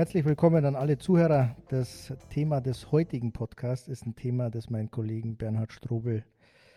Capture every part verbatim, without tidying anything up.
Herzlich willkommen an alle Zuhörer. Das Thema des heutigen Podcasts ist ein Thema, das meinem Kollegen Bernhard Strobel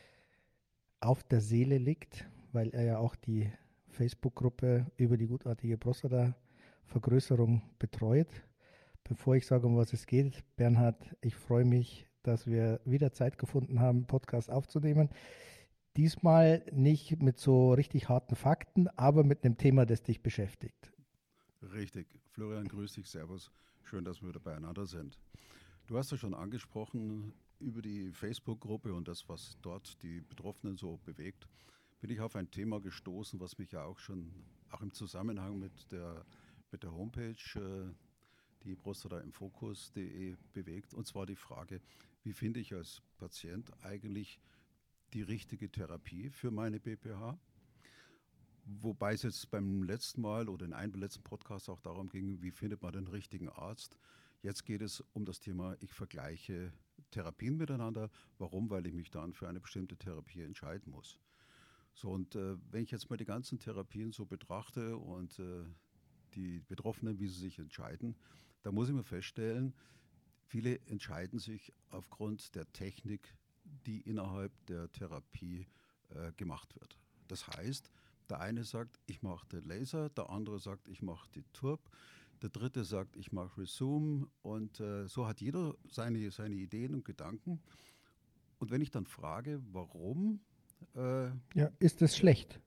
auf der Seele liegt, weil er ja auch die Facebook-Gruppe über die gutartige Prostata-Vergrößerung betreut. Bevor ich sage, um was es geht, Bernhard, ich freue mich, dass wir wieder Zeit gefunden haben, Podcast aufzunehmen. Diesmal nicht mit so richtig harten Fakten, aber mit einem Thema, das dich beschäftigt. Richtig. Florian, grüß dich, servus. Schön, dass wir wieder beieinander sind. Du hast ja schon angesprochen, über die Facebook-Gruppe und das, was dort die Betroffenen so bewegt, bin ich auf ein Thema gestoßen, was mich ja auch schon, auch im Zusammenhang mit der, mit der Homepage, äh, die prostata im fokus punkt de bewegt. Und zwar die Frage, wie finde ich als Patient eigentlich die richtige Therapie für meine B P H? Wobei es jetzt beim letzten Mal oder in einem der letzten Podcasts auch darum ging, wie findet man den richtigen Arzt. Jetzt geht es um das Thema, ich vergleiche Therapien miteinander. Warum? Weil ich mich dann für eine bestimmte Therapie entscheiden muss. So, und äh, wenn ich jetzt mal die ganzen Therapien so betrachte und äh, die Betroffenen, wie sie sich entscheiden, da muss ich mir feststellen, viele entscheiden sich aufgrund der Technik, die innerhalb der Therapie äh, gemacht wird. Das heißt, der eine sagt, ich mache den Laser, der andere sagt, ich mache die Turb, der dritte sagt, ich mache Resume und äh, so hat jeder seine, seine Ideen und Gedanken. Und wenn ich dann frage, warum, äh, Ja, ist es schlecht?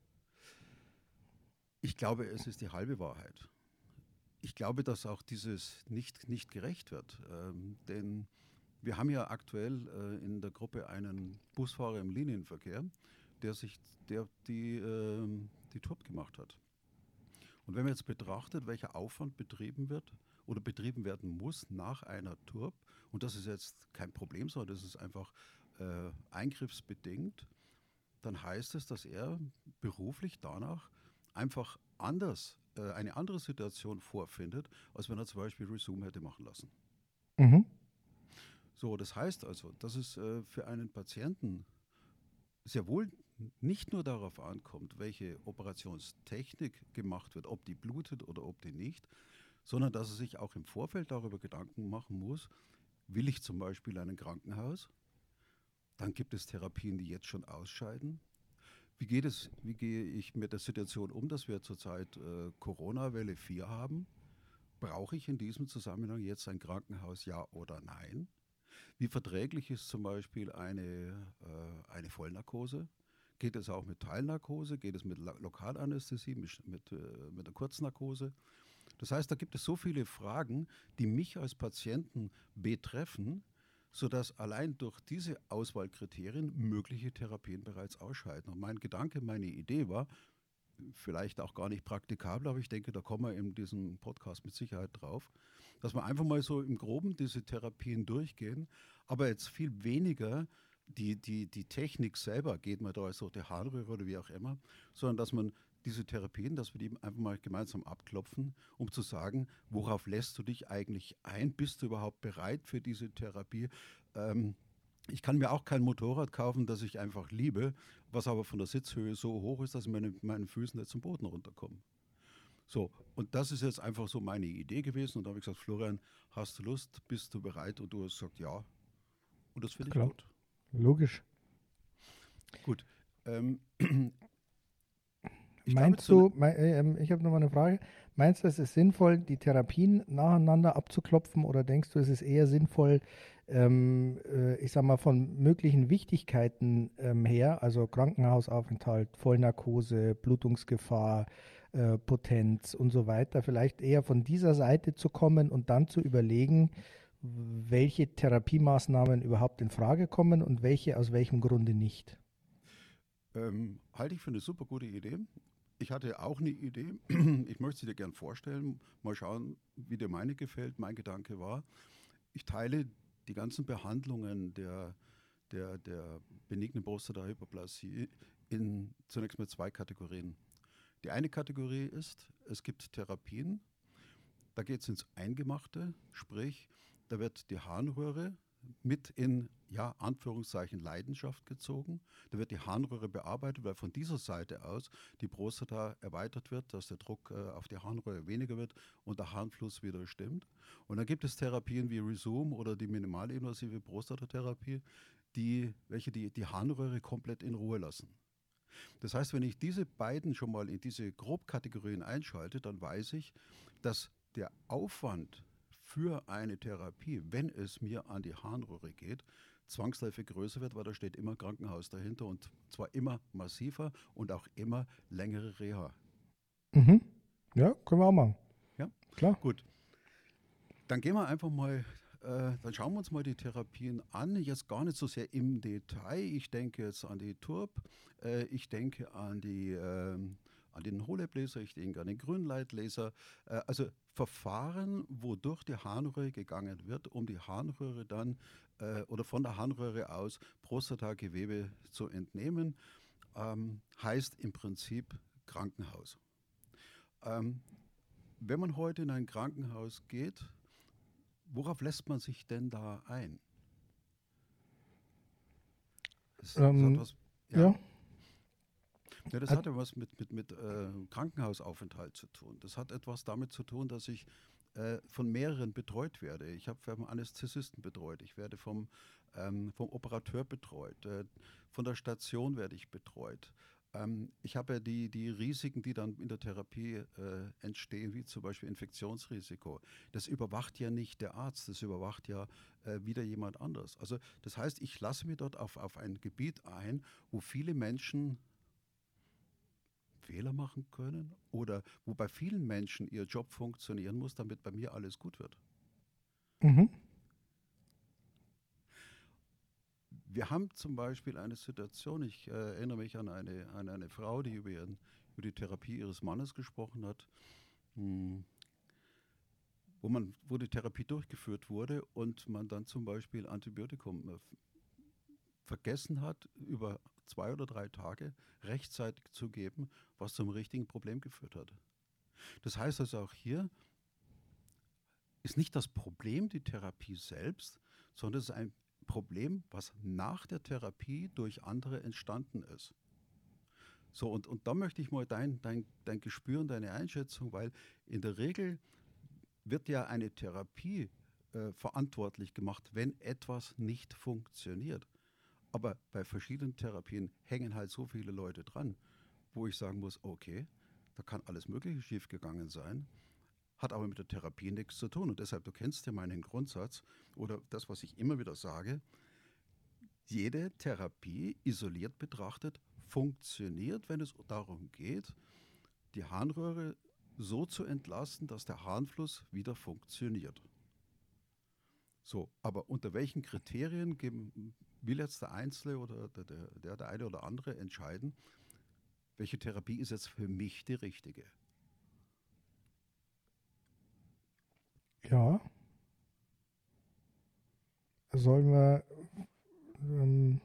ich glaube, es ist die halbe Wahrheit. Ich glaube, dass auch dieses nicht, nicht gerecht wird, ähm, denn wir haben ja aktuell äh, in der Gruppe einen Busfahrer im Linienverkehr, der sich der die, äh, die Turb gemacht hat. Und wenn man jetzt betrachtet, welcher Aufwand betrieben wird oder betrieben werden muss nach einer Turb, und das ist jetzt kein Problem, sondern das ist einfach äh, eingriffsbedingt, dann heißt es, dass er beruflich danach einfach anders, äh, eine andere Situation vorfindet, als wenn er zum Beispiel Resume hätte machen lassen. Mhm. So, das heißt also, dass es äh, für einen Patienten sehr wohl nicht nur darauf ankommt, welche Operationstechnik gemacht wird, ob die blutet oder ob die nicht, sondern dass er sich auch im Vorfeld darüber Gedanken machen muss, will ich zum Beispiel ein Krankenhaus? Dann gibt es Therapien, die jetzt schon ausscheiden. Wie geht es, wie gehe ich mit der Situation um, dass wir zurzeit äh, Corona-Welle vier haben? Brauche ich in diesem Zusammenhang jetzt ein Krankenhaus, ja oder nein? Wie verträglich ist zum Beispiel eine, äh, eine Vollnarkose? Geht es auch mit Teilnarkose? Geht es mit Lo- Lokalanästhesie, mit, mit, äh, mit der Kurznarkose? Das heißt, da gibt es so viele Fragen, die mich als Patienten betreffen, sodass allein durch diese Auswahlkriterien mögliche Therapien bereits ausscheiden. Und mein Gedanke, meine Idee war, vielleicht auch gar nicht praktikabel, aber ich denke, da kommen wir in diesem Podcast mit Sicherheit drauf, dass wir einfach mal so im Groben diese Therapien durchgehen, aber jetzt viel weniger die, die, die Technik selber, geht man da als so der Harnröhre oder wie auch immer, sondern dass man diese Therapien, dass wir die einfach mal gemeinsam abklopfen, um zu sagen, worauf lässt du dich eigentlich ein? Bist du überhaupt bereit für diese Therapie? Ähm, ich kann mir auch kein Motorrad kaufen, das ich einfach liebe, was aber von der Sitzhöhe so hoch ist, dass ich meine, meinen Füßen nicht zum Boden runterkomme. So, und das ist jetzt einfach so meine Idee gewesen. Und da habe ich gesagt, Florian, hast du Lust? Bist du bereit? Und du hast gesagt, ja. Und das finde ich Klar, gut. logisch. Gut. Ähm, ich glaube, Meinst zu, du, mei- äh, ähm, ich habe noch mal eine Frage, meinst du, es ist sinnvoll, die Therapien nacheinander abzuklopfen oder denkst du, es ist eher sinnvoll, ähm, äh, ich sag mal, von möglichen Wichtigkeiten ähm, her, also Krankenhausaufenthalt, Vollnarkose, Blutungsgefahr, äh, Potenz und so weiter, vielleicht eher von dieser Seite zu kommen und dann zu überlegen, welche Therapiemaßnahmen überhaupt in Frage kommen und welche aus welchem Grunde nicht? ähm, halte ich für eine super gute Idee. Ich hatte auch eine Idee. Ich möchte sie dir gern vorstellen. Mal schauen, wie dir meine gefällt. Mein Gedanke war, ich teile die ganzen Behandlungen der, der, der benignen Prostatahyperplasie in zunächst mal zwei Kategorien. Die eine Kategorie ist, es gibt Therapien, da geht es ins Eingemachte, sprich, da wird die Harnröhre mit in, ja, Anführungszeichen Leidenschaft gezogen. Da wird die Harnröhre bearbeitet, weil von dieser Seite aus die Prostata erweitert wird, dass der Druck äh, auf die Harnröhre weniger wird und der Harnfluss wieder stimmt. Und dann gibt es Therapien wie Rezum oder die minimalinvasive Prostatatherapie, die, welche die, die Harnröhre komplett in Ruhe lassen. Das heißt, wenn ich diese beiden schon mal in diese Grobkategorien einschalte, dann weiß ich, dass der Aufwand für eine Therapie, wenn es mir an die Harnröhre geht, zwangsläufig größer wird, weil da steht immer Krankenhaus dahinter und zwar immer massiver und auch immer längere Reha. Mhm. Ja, können wir auch machen. Ja, klar. Gut. Dann gehen wir einfach mal, äh, dann schauen wir uns mal die Therapien an. Jetzt gar nicht so sehr im Detail. Ich denke jetzt an die Turb, äh, ich denke an die äh, an den Holeblaser, ich denke an den Grünleitlaser. Äh, also Verfahren, wodurch die Harnröhre gegangen wird, um die Harnröhre dann äh, oder von der Harnröhre aus Prostatagewebe zu entnehmen, ähm, heißt im Prinzip Krankenhaus. Ähm, wenn man heute in ein Krankenhaus geht, worauf lässt man sich denn da ein? Das, Ähm, das hat was, ja. ja. Ja, das Hat- hat ja was mit, mit, mit äh, Krankenhausaufenthalt zu tun. Das hat etwas damit zu tun, dass ich äh, von mehreren betreut werde. Ich habe vom Anästhesisten betreut, ich werde vom, ähm, vom Operateur betreut, äh, von der Station werde ich betreut. Ähm, ich habe ja die, die Risiken, die dann in der Therapie äh, entstehen, wie zum Beispiel Infektionsrisiko. Das überwacht ja nicht der Arzt, das überwacht ja äh, wieder jemand anders. Also das heißt, ich lasse mich dort auf, auf ein Gebiet ein, wo viele Menschen Fehler machen können oder wo bei vielen Menschen ihr Job funktionieren muss, damit bei mir alles gut wird. Mhm. Wir haben zum Beispiel eine Situation, ich äh, erinnere mich an eine, an eine Frau, die über, ihren, über die Therapie ihres Mannes gesprochen hat, hm, wo, man, wo die Therapie durchgeführt wurde und man dann zum Beispiel Antibiotikum äh, vergessen hat, über zwei oder drei Tage rechtzeitig zu geben, was zum richtigen Problem geführt hat. Das heißt also auch hier ist nicht das Problem die Therapie selbst, sondern es ist ein Problem, was nach der Therapie durch andere entstanden ist. So, und, und da möchte ich mal dein, dein, dein Gespür und deine Einschätzung, weil in der Regel wird ja eine Therapie äh, verantwortlich gemacht, wenn etwas nicht funktioniert. Aber bei verschiedenen Therapien hängen halt so viele Leute dran, wo ich sagen muss, okay, da kann alles Mögliche schiefgegangen sein, hat aber mit der Therapie nichts zu tun. Und deshalb, du kennst ja meinen Grundsatz oder das, was ich immer wieder sage, jede Therapie isoliert betrachtet funktioniert, wenn es darum geht, die Harnröhre so zu entlasten, dass der Harnfluss wieder funktioniert. So, aber unter welchen Kriterien geben, will jetzt der Einzelne oder der, der, der eine oder andere entscheiden, welche Therapie ist jetzt für mich die richtige? Ja. Sollen wir, ähm,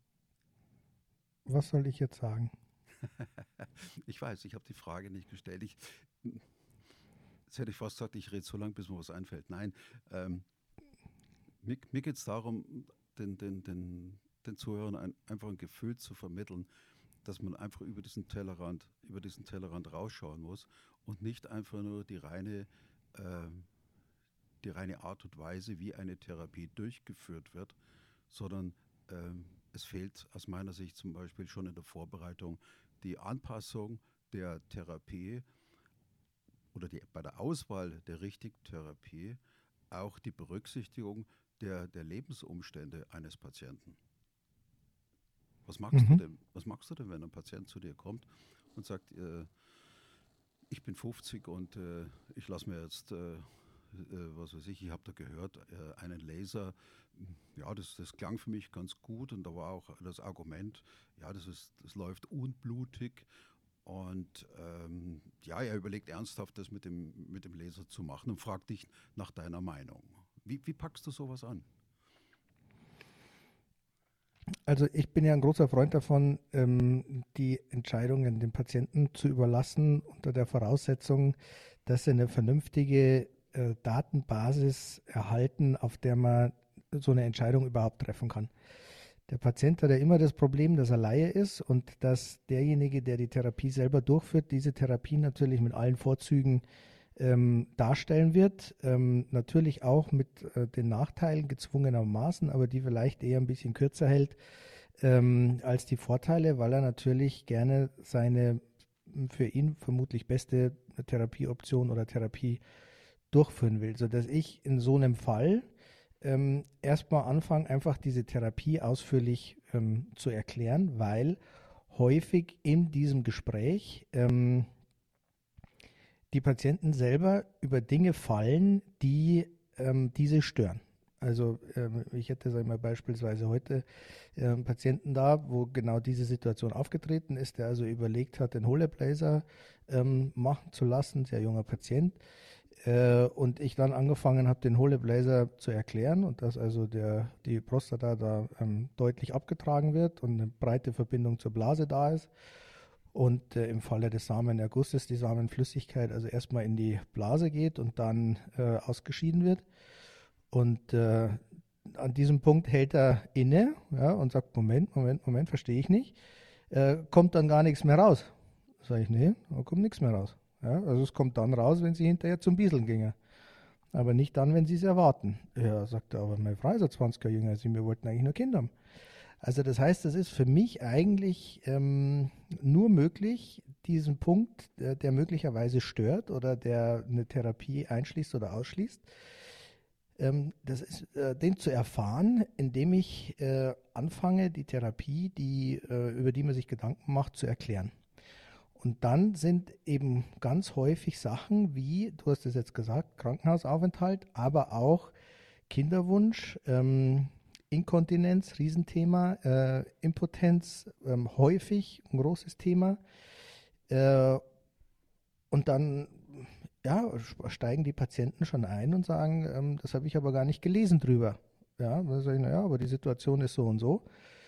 was soll ich jetzt sagen? Ich weiß, ich habe die Frage nicht gestellt. Ich, jetzt hätte ich fast gesagt, ich rede so lange, bis mir was einfällt. Nein, ähm, mir, mir geht es darum, den, den, den, den Zuhörern ein, einfach ein Gefühl zu vermitteln, dass man einfach über diesen Tellerrand, über diesen Tellerrand rausschauen muss und nicht einfach nur die reine, äh, die reine Art und Weise, wie eine Therapie durchgeführt wird, sondern ähm, es fehlt aus meiner Sicht zum Beispiel schon in der Vorbereitung die Anpassung der Therapie oder die, bei der Auswahl der richtigen Therapie auch die Berücksichtigung der, der Lebensumstände eines Patienten. Was magst du Mhm. denn, was magst du denn, wenn ein Patient zu dir kommt und sagt, äh, ich bin fünfzig und äh, ich lasse mir jetzt, äh, äh, was weiß ich, ich habe da gehört, äh, einen Laser. Ja, das, das klang für mich ganz gut und da war auch das Argument, ja, das, ist, das läuft unblutig und ähm, ja, er überlegt ernsthaft, das mit dem, mit dem Laser zu machen und fragt dich nach deiner Meinung. Wie, wie packst du sowas an? Also ich bin ja ein großer Freund davon, ähm, die Entscheidungen dem Patienten zu überlassen, unter der Voraussetzung, dass sie eine vernünftige äh, Datenbasis erhalten, auf der man so eine Entscheidung überhaupt treffen kann. Der Patient hat ja immer das Problem, dass er Laie ist und dass derjenige, der die Therapie selber durchführt, diese Therapie natürlich mit allen Vorzügen ähm, darstellen wird. Ähm, natürlich auch mit äh, den Nachteilen gezwungenermaßen, aber die vielleicht eher ein bisschen kürzer hält ähm, als die Vorteile, weil er natürlich gerne seine für ihn vermutlich beste Therapieoption oder Therapie durchführen will, sodass ich in so einem Fall ähm, erstmal anfange, einfach diese Therapie ausführlich ähm, zu erklären, weil häufig in diesem Gespräch ähm, die Patienten selber über Dinge fallen, die ähm, diese stören. Also ähm, ich hätte, sag ich mal, beispielsweise heute äh, einen Patienten da, wo genau diese Situation aufgetreten ist, der also überlegt hat, den Holeblazer ähm, machen zu lassen, sehr junger Patient. Äh, und ich dann angefangen habe, den Holeblazer zu erklären und dass also der, die Prostata da ähm, deutlich abgetragen wird und eine breite Verbindung zur Blase da ist. Und äh, im Falle des Samenergusses die Samenflüssigkeit also erstmal in die Blase geht und dann äh, ausgeschieden wird. Und äh, an diesem Punkt hält er inne, ja, und sagt, Moment, Moment, Moment, verstehe ich nicht. Äh, kommt dann gar nichts mehr raus. Sage ich, nee, da kommt nichts mehr raus. Ja, also es kommt dann raus, wenn Sie hinterher zum Bieseln gingen. Aber nicht dann, wenn Sie es erwarten. Ja, sagt er, aber meine Frau ist ja zwanzig Jahre jünger, Sie, wir wollten eigentlich nur Kinder haben. Also das heißt, das ist für mich eigentlich ähm, nur möglich, diesen Punkt, der, der möglicherweise stört oder der eine Therapie einschließt oder ausschließt, ähm, das ist, äh, den zu erfahren, indem ich äh, anfange, die Therapie, die, äh, über die man sich Gedanken macht, zu erklären. Und dann sind eben ganz häufig Sachen wie, du hast es jetzt gesagt, Krankenhausaufenthalt, aber auch Kinderwunsch, ähm, Inkontinenz, Riesenthema, äh, Impotenz, ähm, häufig ein großes Thema. Äh, und dann ja, steigen die Patienten schon ein und sagen, ähm, das habe ich aber gar nicht gelesen drüber. Ja, dann sage ich, naja, aber die Situation ist so und so.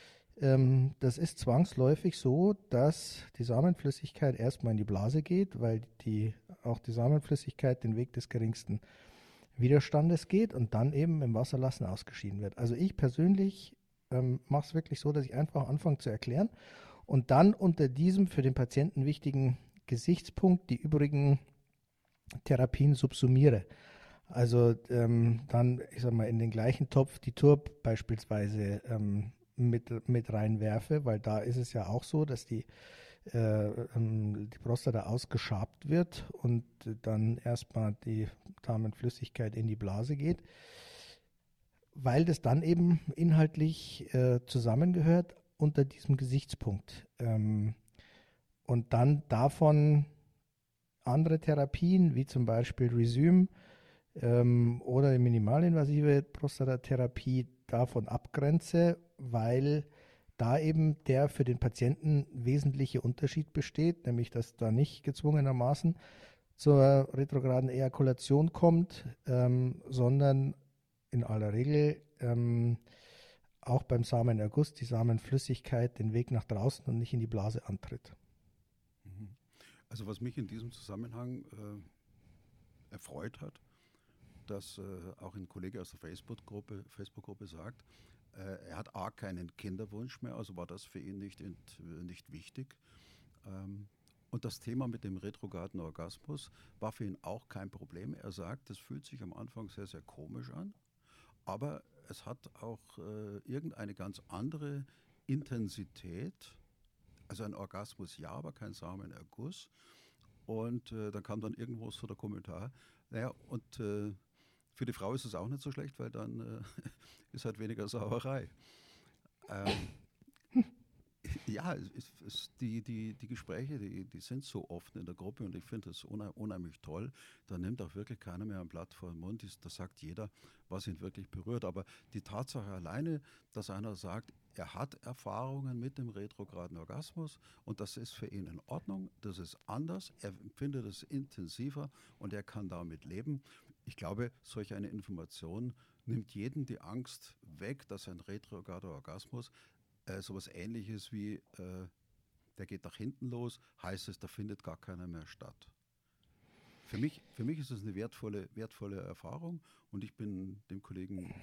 Ähm, das ist zwangsläufig so, dass die Samenflüssigkeit erstmal in die Blase geht, weil die, auch die Samenflüssigkeit den Weg des geringsten Widerstandes geht und dann eben im Wasserlassen ausgeschieden wird. Also ich persönlich ähm, mache es wirklich so, dass ich einfach anfange zu erklären und dann unter diesem für den Patienten wichtigen Gesichtspunkt die übrigen Therapien subsumiere. Also ähm, dann, ich sag mal, in den gleichen Topf die Turb beispielsweise ähm, mit, mit reinwerfe, weil da ist es ja auch so, dass die, äh, ähm, die Prostata ausgeschabt wird und dann erstmal die Darmflüssigkeit in die Blase geht, weil das dann eben inhaltlich äh, zusammengehört unter diesem Gesichtspunkt. Ähm, und dann davon andere Therapien, wie zum Beispiel Resume, ähm, oder die minimalinvasive Prostatatherapie davon abgrenze, weil da eben der für den Patienten wesentliche Unterschied besteht, nämlich dass da nicht gezwungenermaßen zur retrograden Ejakulation kommt, ähm, sondern in aller Regel ähm, auch beim Samenerguss die Samenflüssigkeit den Weg nach draußen und nicht in die Blase antritt. Also was mich in diesem Zusammenhang äh, erfreut hat, dass äh, auch ein Kollege aus der Facebook-Gruppe Facebook-Gruppe sagt, äh, er hat A, keinen Kinderwunsch mehr, also war das für ihn nicht, ent, nicht wichtig. Ähm, und das Thema mit dem retrograden Orgasmus war für ihn auch kein Problem. Er sagt, das fühlt sich am Anfang sehr, sehr komisch an, aber es hat auch äh, irgendeine ganz andere Intensität. Also ein Orgasmus ja, aber kein Samenerguss. Und äh, dann kam dann irgendwo so der Kommentar, naja, und äh, für die Frau ist es auch nicht so schlecht, weil dann äh, ist halt weniger Sauerei. Ähm, ja, es, es, die, die, die Gespräche, die, die sind so offen in der Gruppe und ich finde das unheimlich toll. Da nimmt auch wirklich keiner mehr ein Blatt vor den Mund. Da sagt jeder, was ihn wirklich berührt. Aber die Tatsache alleine, dass einer sagt, er hat Erfahrungen mit dem retrograden Orgasmus und das ist für ihn in Ordnung, das ist anders, er empfindet es intensiver und er kann damit leben. Ich glaube, solch eine Information nimmt jedem die Angst weg, dass ein retrograder Orgasmus äh, sowas Ähnliches wie, äh, der geht nach hinten los, heißt es, da findet gar keiner mehr statt. Für mich, für mich ist es eine wertvolle, wertvolle Erfahrung und ich bin dem Kollegen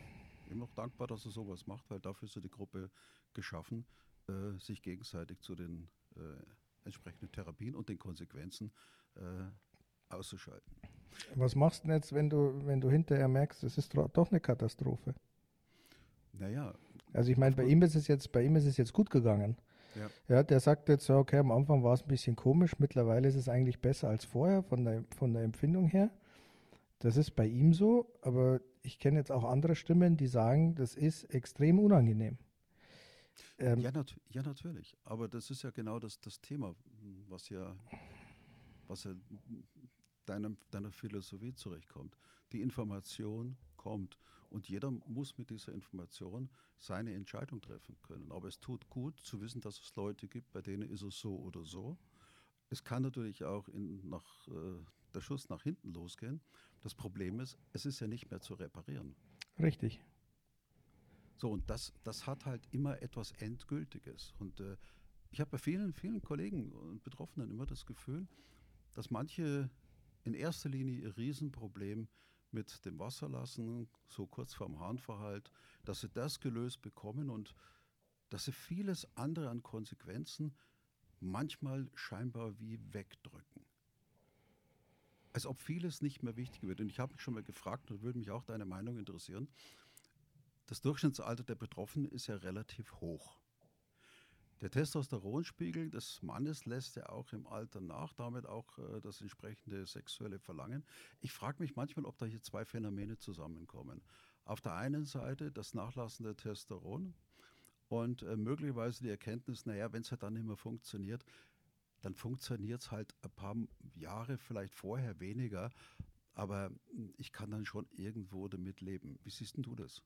ihm noch dankbar, dass er sowas macht, weil dafür ist ja die Gruppe geschaffen, äh, sich gegenseitig zu den äh, entsprechenden Therapien und den Konsequenzen äh, auszuschalten. Was machst du denn jetzt, wenn du, wenn du hinterher merkst, es ist doch eine Katastrophe? Naja. Also ich meine, bei ihm ist es jetzt, bei ihm ist es jetzt gut gegangen. Ja. Ja, der sagt jetzt so, okay, am Anfang war es ein bisschen komisch, mittlerweile ist es eigentlich besser als vorher von der, von der Empfindung her. Das ist bei ihm so, aber ich kenne jetzt auch andere Stimmen, die sagen, das ist extrem unangenehm. Ähm, ja, nat- ja, natürlich. Aber das ist ja genau das, das Thema, was ja, was ja deiner, deiner Philosophie zurechtkommt. Die Information kommt und jeder muss mit dieser Information seine Entscheidung treffen können. Aber es tut gut zu wissen, dass es Leute gibt, bei denen ist es so oder so. Es kann natürlich auch in, nach, äh, der Schuss nach hinten losgehen. Das Problem ist, es ist ja nicht mehr zu reparieren. Richtig. So, und das, das hat halt immer etwas Endgültiges. Und äh, ich habe bei vielen, vielen Kollegen und Betroffenen immer das Gefühl, dass manche in erster Linie ihr Riesenproblem mit dem Wasserlassen, so kurz vorm Harnverhalt, dass sie das gelöst bekommen und dass sie vieles andere an Konsequenzen manchmal scheinbar wie wegdrücken. Als ob vieles nicht mehr wichtig wird. Und ich habe mich schon mal gefragt und würde mich auch deine Meinung interessieren. Das Durchschnittsalter der Betroffenen ist ja relativ hoch. Der Testosteronspiegel des Mannes lässt ja auch im Alter nach, damit auch äh, das entsprechende sexuelle Verlangen. Ich frage mich manchmal, ob da hier zwei Phänomene zusammenkommen. Auf der einen Seite das nachlassende Testosteron und äh, möglicherweise die Erkenntnis, naja, wenn es halt dann nicht mehr funktioniert, dann funktioniert es halt ein paar Jahre vielleicht vorher weniger, aber ich kann dann schon irgendwo damit leben. Wie siehst denn du das?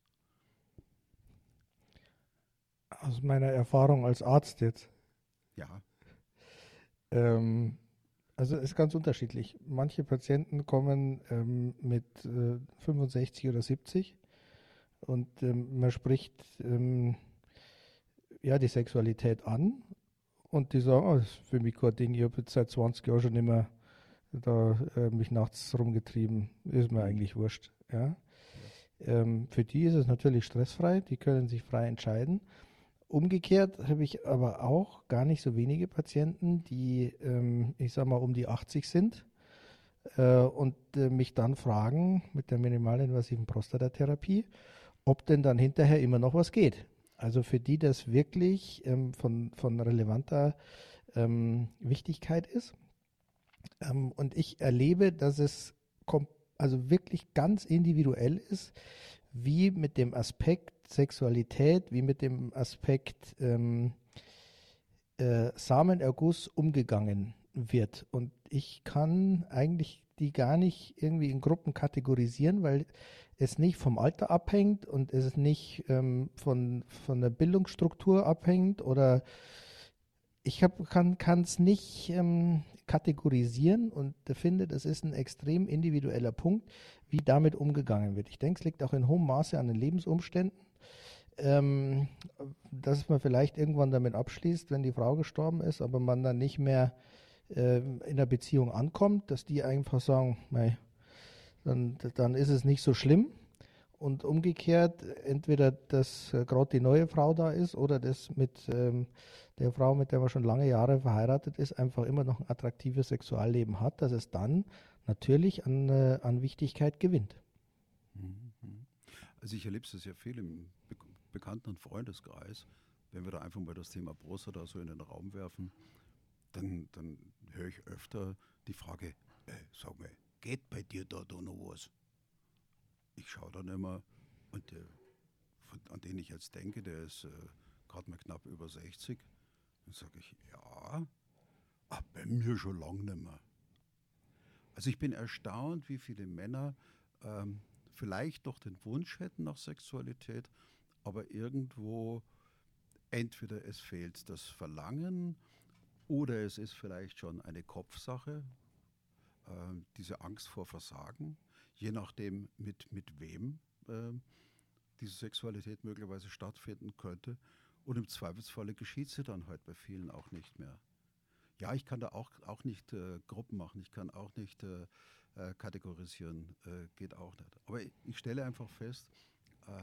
Aus meiner Erfahrung als Arzt jetzt. Ja. Ähm, also ist ganz unterschiedlich. Manche Patienten kommen ähm, mit äh, fünfundsechzig oder siebzig und ähm, man spricht ähm, ja die Sexualität an und die sagen, oh, das ist für mich kein Ding, ich habe jetzt seit zwanzig Jahren schon immer da äh, mich nachts rumgetrieben, ist mir Mhm. eigentlich wurscht. Ja? Ja. Ähm, für die ist es natürlich stressfrei, die können sich frei entscheiden. Umgekehrt habe ich aber auch gar nicht so wenige Patienten, die, ähm, ich sag mal, um die achtzig sind äh, und äh, mich dann fragen mit der minimalinvasiven Prostatatherapie, ob denn dann hinterher immer noch was geht. Also für die das wirklich ähm, von, von relevanter ähm, Wichtigkeit ist. Ähm, und ich erlebe, dass es also wirklich ganz individuell ist, wie mit dem Aspekt Sexualität, wie mit dem Aspekt ähm, äh, Samenerguss umgegangen wird. Und ich kann eigentlich die gar nicht irgendwie in Gruppen kategorisieren, weil es nicht vom Alter abhängt und es nicht ähm, von, von der Bildungsstruktur abhängt oder ich hab, kann es nicht ähm, kategorisieren und finde, das ist ein extrem individueller Punkt, wie damit umgegangen wird. Ich denke, es liegt auch in hohem Maße an den Lebensumständen, ähm, dass man vielleicht irgendwann damit abschließt, wenn die Frau gestorben ist, aber man dann nicht mehr ähm, in der Beziehung ankommt, dass die einfach sagen, mei, dann, dann ist es nicht so schlimm. Und umgekehrt, entweder dass äh, gerade die neue Frau da ist oder das mit ähm, der Frau, mit der man schon lange Jahre verheiratet ist, einfach immer noch ein attraktives Sexualleben hat, dass es dann natürlich an, äh, an Wichtigkeit gewinnt. Mhm. Also ich erlebe es ja viel im Be Bekannten- und Freundeskreis. Wenn wir da einfach mal das Thema Prostata so in den Raum werfen, dann, dann höre ich öfter die Frage, äh, sag mal, geht bei dir da, da noch was? Ich schaue dann immer und der, von, an den ich jetzt denke, der ist äh, gerade mal knapp über sechzig. Dann sage ich, ja, ach, bei mir schon lange nicht mehr. Also ich bin erstaunt, wie viele Männer ähm, vielleicht doch den Wunsch hätten nach Sexualität, aber irgendwo entweder es fehlt das Verlangen oder es ist vielleicht schon eine Kopfsache, äh, diese Angst vor Versagen, je nachdem mit, mit wem äh, diese Sexualität möglicherweise stattfinden könnte. Und im Zweifelsfalle geschieht sie dann halt bei vielen auch nicht mehr. Ja, ich kann da auch, auch nicht äh, Gruppen machen, ich kann auch nicht äh, äh, kategorisieren, äh, geht auch nicht. Aber ich, ich stelle einfach fest, ähm,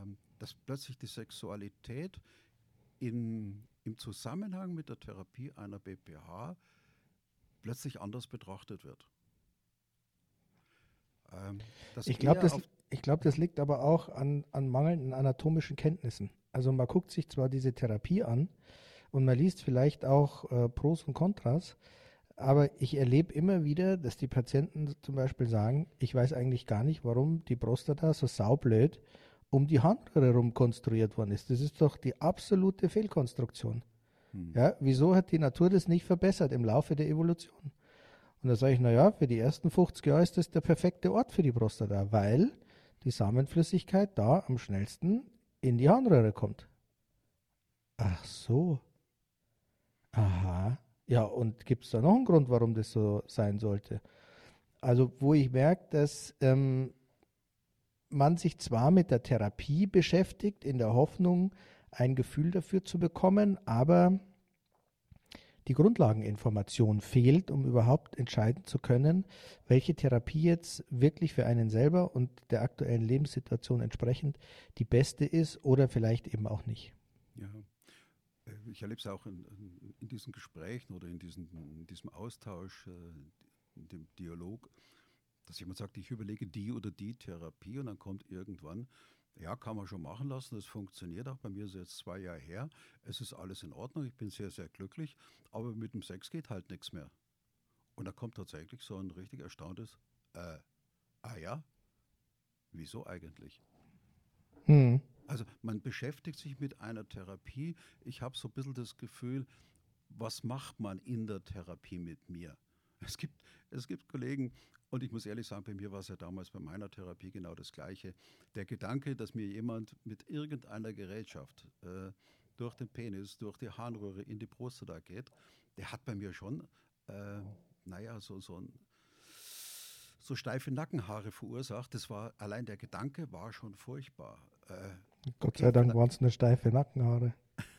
dass plötzlich die Sexualität in, im Zusammenhang mit der Therapie einer B P H plötzlich anders betrachtet wird. Ähm, dass Ich glaube, eher das, auf, ich glaub, das liegt aber auch an, an mangelnden anatomischen Kenntnissen. Also man guckt sich zwar diese Therapie an und man liest vielleicht auch äh, Pros und Kontras, aber ich erlebe immer wieder, dass die Patienten zum Beispiel sagen, ich weiß eigentlich gar nicht, warum die Prostata so saublöd um die Harnröhre herum konstruiert worden ist. Das ist doch die absolute Fehlkonstruktion. hm, Ja, wieso hat die Natur das nicht verbessert im Laufe der Evolution? Und da sage ich, naja, für die ersten fünfzig Jahre ist das der perfekte Ort für die Prostata, weil die Samenflüssigkeit da am schnellsten in die Harnröhre kommt. Ach so. Aha. Ja, und gibt es da noch einen Grund, warum das so sein sollte? Also, wo ich merke, dass ähm, man sich zwar mit der Therapie beschäftigt, in der Hoffnung, ein Gefühl dafür zu bekommen, aber die Grundlageninformation fehlt, um überhaupt entscheiden zu können, welche Therapie jetzt wirklich für einen selber und der aktuellen Lebenssituation entsprechend die beste ist oder vielleicht eben auch nicht. ja, äh, ich erlebe es auch in, in, in diesen Gesprächen oder in, diesen, in diesem Austausch, äh, in dem Dialog, dass jemand sagt, ich überlege die oder die Therapie und dann kommt irgendwann, ja, kann man schon machen lassen, das funktioniert auch. Bei mir ist es jetzt zwei Jahre her, es ist alles in Ordnung, ich bin sehr, sehr glücklich, aber mit dem Sex geht halt nichts mehr. Und da kommt tatsächlich so ein richtig erstauntes, äh, ah ja, wieso eigentlich? Hm. Also man beschäftigt sich mit einer Therapie. Ich habe so ein bisschen das Gefühl, was macht man in der Therapie mit mir? Es gibt, es gibt Kollegen, und ich muss ehrlich sagen, bei mir war es ja damals bei meiner Therapie genau das Gleiche. Der Gedanke, dass mir jemand mit irgendeiner Gerätschaft äh, durch den Penis, durch die Harnröhre in die Prostata geht, der hat bei mir schon, äh, naja, so, so, ein, so steife Nackenhaare verursacht. Das war, allein der Gedanke war schon furchtbar. Äh, Gott okay, sei Dank vielleicht, waren es nur steife Nackenhaare.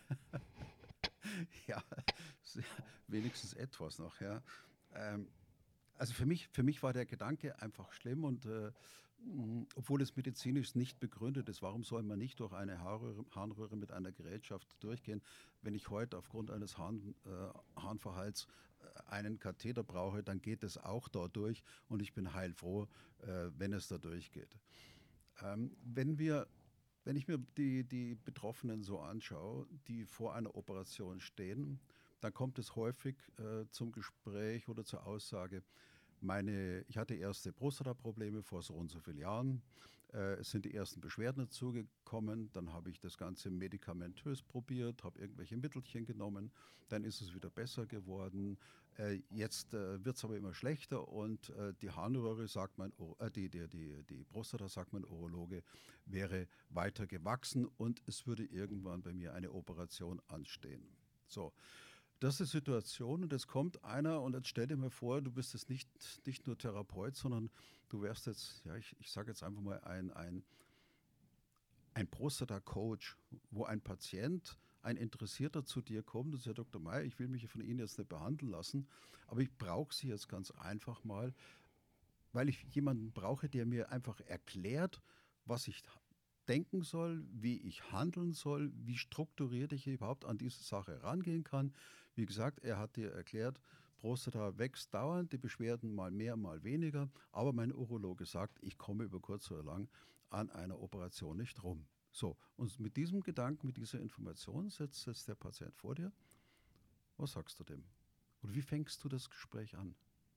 ja, wenigstens etwas noch, ja. Ähm, also für mich, für mich war der Gedanke einfach schlimm und äh, mh, obwohl es medizinisch nicht begründet ist, warum soll man nicht durch eine Harnröhre, Harnröhre mit einer Gerätschaft durchgehen, wenn ich heute aufgrund eines Harn, äh, Harnverhalts äh, einen Katheter brauche, dann geht es auch dort durch und ich bin heilfroh, äh, wenn es da durchgeht. Ähm, wenn wir Wenn ich mir die, die Betroffenen so anschaue, die vor einer Operation stehen, dann kommt es häufig äh, zum Gespräch oder zur Aussage, meine, ich hatte erste Prostataprobleme vor so und so vielen Jahren. Äh, es sind die ersten Beschwerden dazugekommen. Dann habe ich das Ganze medikamentös probiert, habe irgendwelche Mittelchen genommen. Dann ist es wieder besser geworden. Äh, jetzt äh, wird es aber immer schlechter und äh, die Harnröhre, sagt mein, äh, die, die, die, die Prostata, sagt mein Urologe, wäre weiter gewachsen und es würde irgendwann bei mir eine Operation anstehen. So, das ist die Situation und jetzt kommt einer und jetzt stell dir mal vor, du bist jetzt nicht, nicht nur Therapeut, sondern du wärst jetzt, ja, ich, ich sage jetzt einfach mal ein, ein, ein Prostata-Coach, wo ein Patient, ein Interessierter zu dir kommt und sagt, Herr Doktor May, ich will mich von Ihnen jetzt nicht behandeln lassen, aber ich brauche Sie jetzt ganz einfach mal, weil ich jemanden brauche, der mir einfach erklärt, was ich denken soll, wie ich handeln soll, wie strukturiert ich überhaupt an diese Sache rangehen kann. Wie gesagt, er hat dir erklärt, Prostata wächst dauernd, die Beschwerden mal mehr, mal weniger, aber mein Urologe sagt, ich komme über kurz oder lang an einer Operation nicht rum. So, und mit diesem Gedanken, mit dieser Information setzt jetzt der Patient vor dir. Was sagst du dem? Oder wie fängst du das Gespräch an?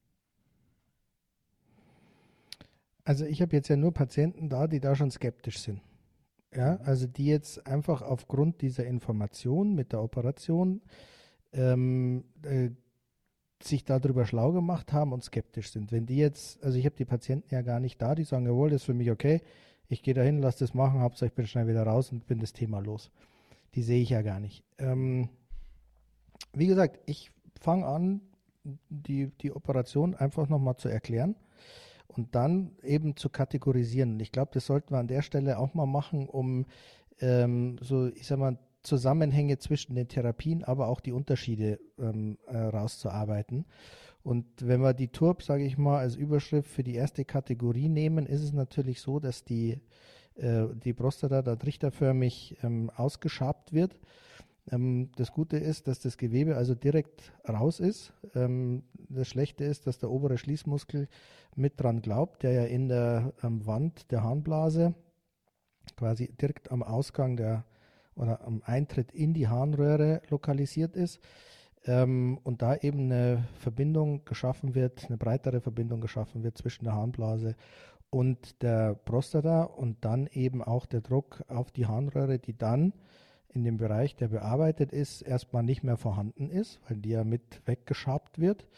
Also ich habe jetzt ja nur Patienten da, die da schon skeptisch sind. Ja, Mhm. also die jetzt einfach aufgrund dieser Information mit der Operation ähm, äh, sich darüber schlau gemacht haben und skeptisch sind. Wenn die jetzt, also ich habe die Patienten ja gar nicht da, die sagen, jawohl, das ist für mich okay, ich gehe dahin, lasse das machen, Hauptsache ich bin schnell wieder raus und bin das Thema los. Die sehe ich ja gar nicht. Mhm. Ähm, wie gesagt, ich fange an, die, die Operation einfach nochmal zu erklären und dann eben zu kategorisieren. Und ich glaube, das sollten wir an der Stelle auch mal machen, um ähm, so, ich sag mal, Zusammenhänge zwischen den Therapien, aber auch die Unterschiede ähm, äh, rauszuarbeiten. Und wenn wir die T U R B, sage ich mal, als Überschrift für die erste Kategorie nehmen, ist es natürlich so, dass die äh, die Prostata da trichterförmig ähm, ausgeschabt wird. Ähm, das Gute ist, dass das Gewebe also direkt raus ist. Ähm, das Schlechte ist, dass der obere Schließmuskel mit dran glaubt, der ja in der ähm, Wand der Harnblase quasi direkt am Ausgang der oder am Eintritt in die Harnröhre lokalisiert ist. Ähm, und da eben eine Verbindung geschaffen wird, eine breitere Verbindung geschaffen wird zwischen der Harnblase und der Prostata und dann eben auch der Druck auf die Harnröhre, die dann in dem Bereich, der bearbeitet ist, erstmal nicht mehr vorhanden ist, weil die ja mit weggeschabt wird.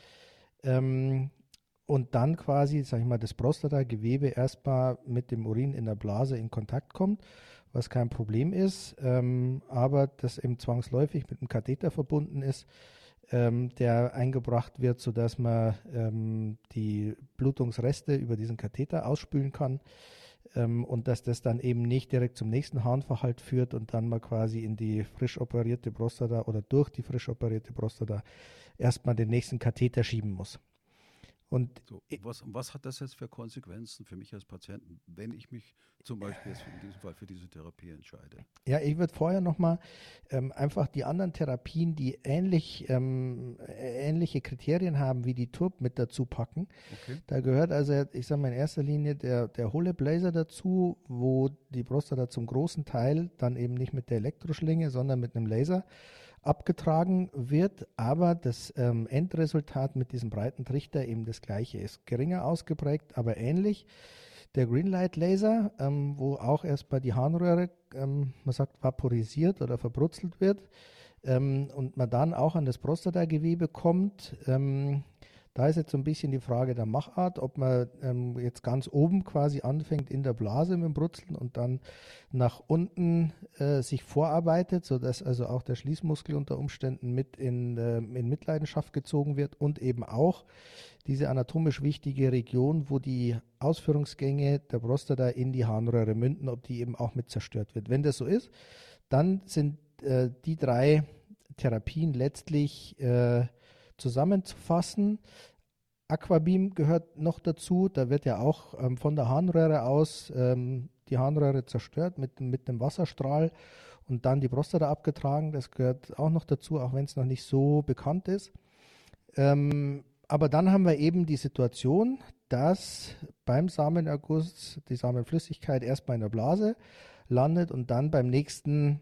Ähm, und dann quasi, sag ich mal, das Prostatagewebe erstmal mit dem Urin in der Blase in Kontakt kommt, was kein Problem ist, ähm, aber das eben zwangsläufig mit einem Katheter verbunden ist, ähm, der eingebracht wird, sodass man ähm, die Blutungsreste über diesen Katheter ausspülen kann. Ähm, und dass das dann eben nicht direkt zum nächsten Harnverhalt führt und dann mal quasi in die frisch operierte Prostata oder durch die frisch operierte Prostata erstmal den nächsten Katheter schieben muss. Und so, was, was hat das jetzt für Konsequenzen für mich als Patienten, wenn ich mich zum Beispiel jetzt in diesem Fall für diese Therapie entscheide? Ja, ich würde vorher nochmal ähm, einfach die anderen Therapien, die ähnlich, ähm, ähnliche Kriterien haben wie die T U R B mit dazu packen. Okay. Da gehört also, ich sage mal in erster Linie der, der Hole-Blazer dazu, wo die Prostata zum großen Teil dann eben nicht mit der Elektroschlinge, sondern mit einem Laser abgetragen wird, aber das ähm, Endresultat mit diesem breiten Trichter eben das gleiche ist. Geringer ausgeprägt, aber ähnlich. Der Greenlight Laser, ähm, wo auch erstmal die Harnröhre, ähm, man sagt, vaporisiert oder verbrutzelt wird ähm, und man dann auch an das Prostatagewebe kommt. Ähm, da ist jetzt so ein bisschen die Frage der Machart, ob man ähm, jetzt ganz oben quasi anfängt in der Blase mit dem Brutzeln und dann nach unten äh, sich vorarbeitet, sodass also auch der Schließmuskel unter Umständen mit in, äh, in Mitleidenschaft gezogen wird und eben auch diese anatomisch wichtige Region, wo die Ausführungsgänge der Prostata in die Harnröhre münden, ob die eben auch mit zerstört wird. Wenn das so ist, dann sind äh, die drei Therapien letztlich äh, zusammenzufassen. Aquabeam gehört noch dazu, da wird ja auch ähm, von der Harnröhre aus ähm, die Harnröhre zerstört mit, mit einem Wasserstrahl und dann die Prostata abgetragen. Das gehört auch noch dazu, auch wenn es noch nicht so bekannt ist. Ähm, aber dann haben wir eben die Situation, dass beim Samenerguss die Samenflüssigkeit erstmal in der Blase landet und dann beim nächsten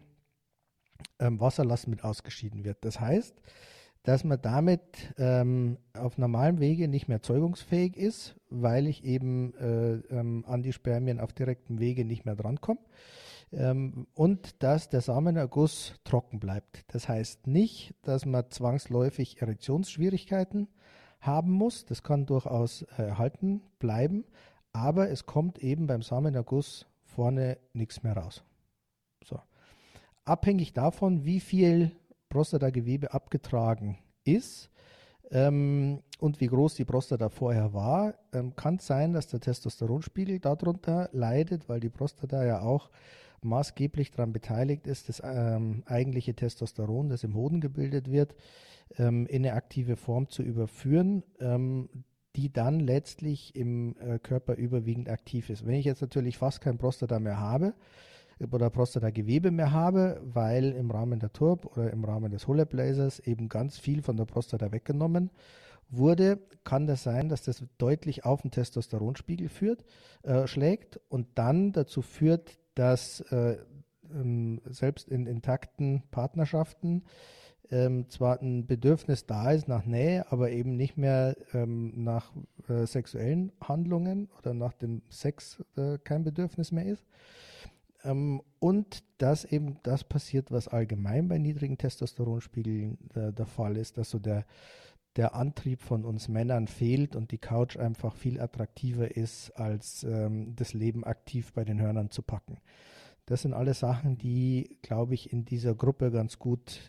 ähm, Wasserlass mit ausgeschieden wird. Das heißt, dass man damit ähm, auf normalem Wege nicht mehr zeugungsfähig ist, weil ich eben äh, ähm, an die Spermien auf direktem Wege nicht mehr drankomme. Ähm, und dass der Samenerguss trocken bleibt. Das heißt nicht, dass man zwangsläufig Erektionsschwierigkeiten haben muss. Das kann durchaus äh, erhalten bleiben, aber es kommt eben beim Samenerguss vorne nichts mehr raus. So. Abhängig davon, wie viel Prostatagewebe abgetragen ist ähm, und wie groß die Prostata vorher war, ähm, kann es sein, dass der Testosteronspiegel darunter leidet, weil die Prostata ja auch maßgeblich daran beteiligt ist, das ähm, eigentliche Testosteron, das im Hoden gebildet wird, ähm, in eine aktive Form zu überführen, ähm, die dann letztlich im äh, Körper überwiegend aktiv ist. Wenn ich jetzt natürlich fast kein Prostata mehr habe, oder Prostatagewebe mehr habe, weil im Rahmen der T U R B oder im Rahmen des Hole-Blazers eben ganz viel von der Prostata weggenommen wurde, kann das sein, dass das deutlich auf den Testosteronspiegel führt, äh, schlägt und dann dazu führt, dass äh, ähm, selbst in intakten Partnerschaften ähm, zwar ein Bedürfnis da ist nach Nähe, aber eben nicht mehr ähm, nach äh, sexuellen Handlungen oder nach dem Sex äh, kein Bedürfnis mehr ist. Ähm, und dass eben das passiert, was allgemein bei niedrigen Testosteronspiegeln äh, der Fall ist, dass so der, der Antrieb von uns Männern fehlt und die Couch einfach viel attraktiver ist, als ähm, das Leben aktiv bei den Hörnern zu packen. Das sind alles Sachen, die, glaube ich, in dieser Gruppe ganz gut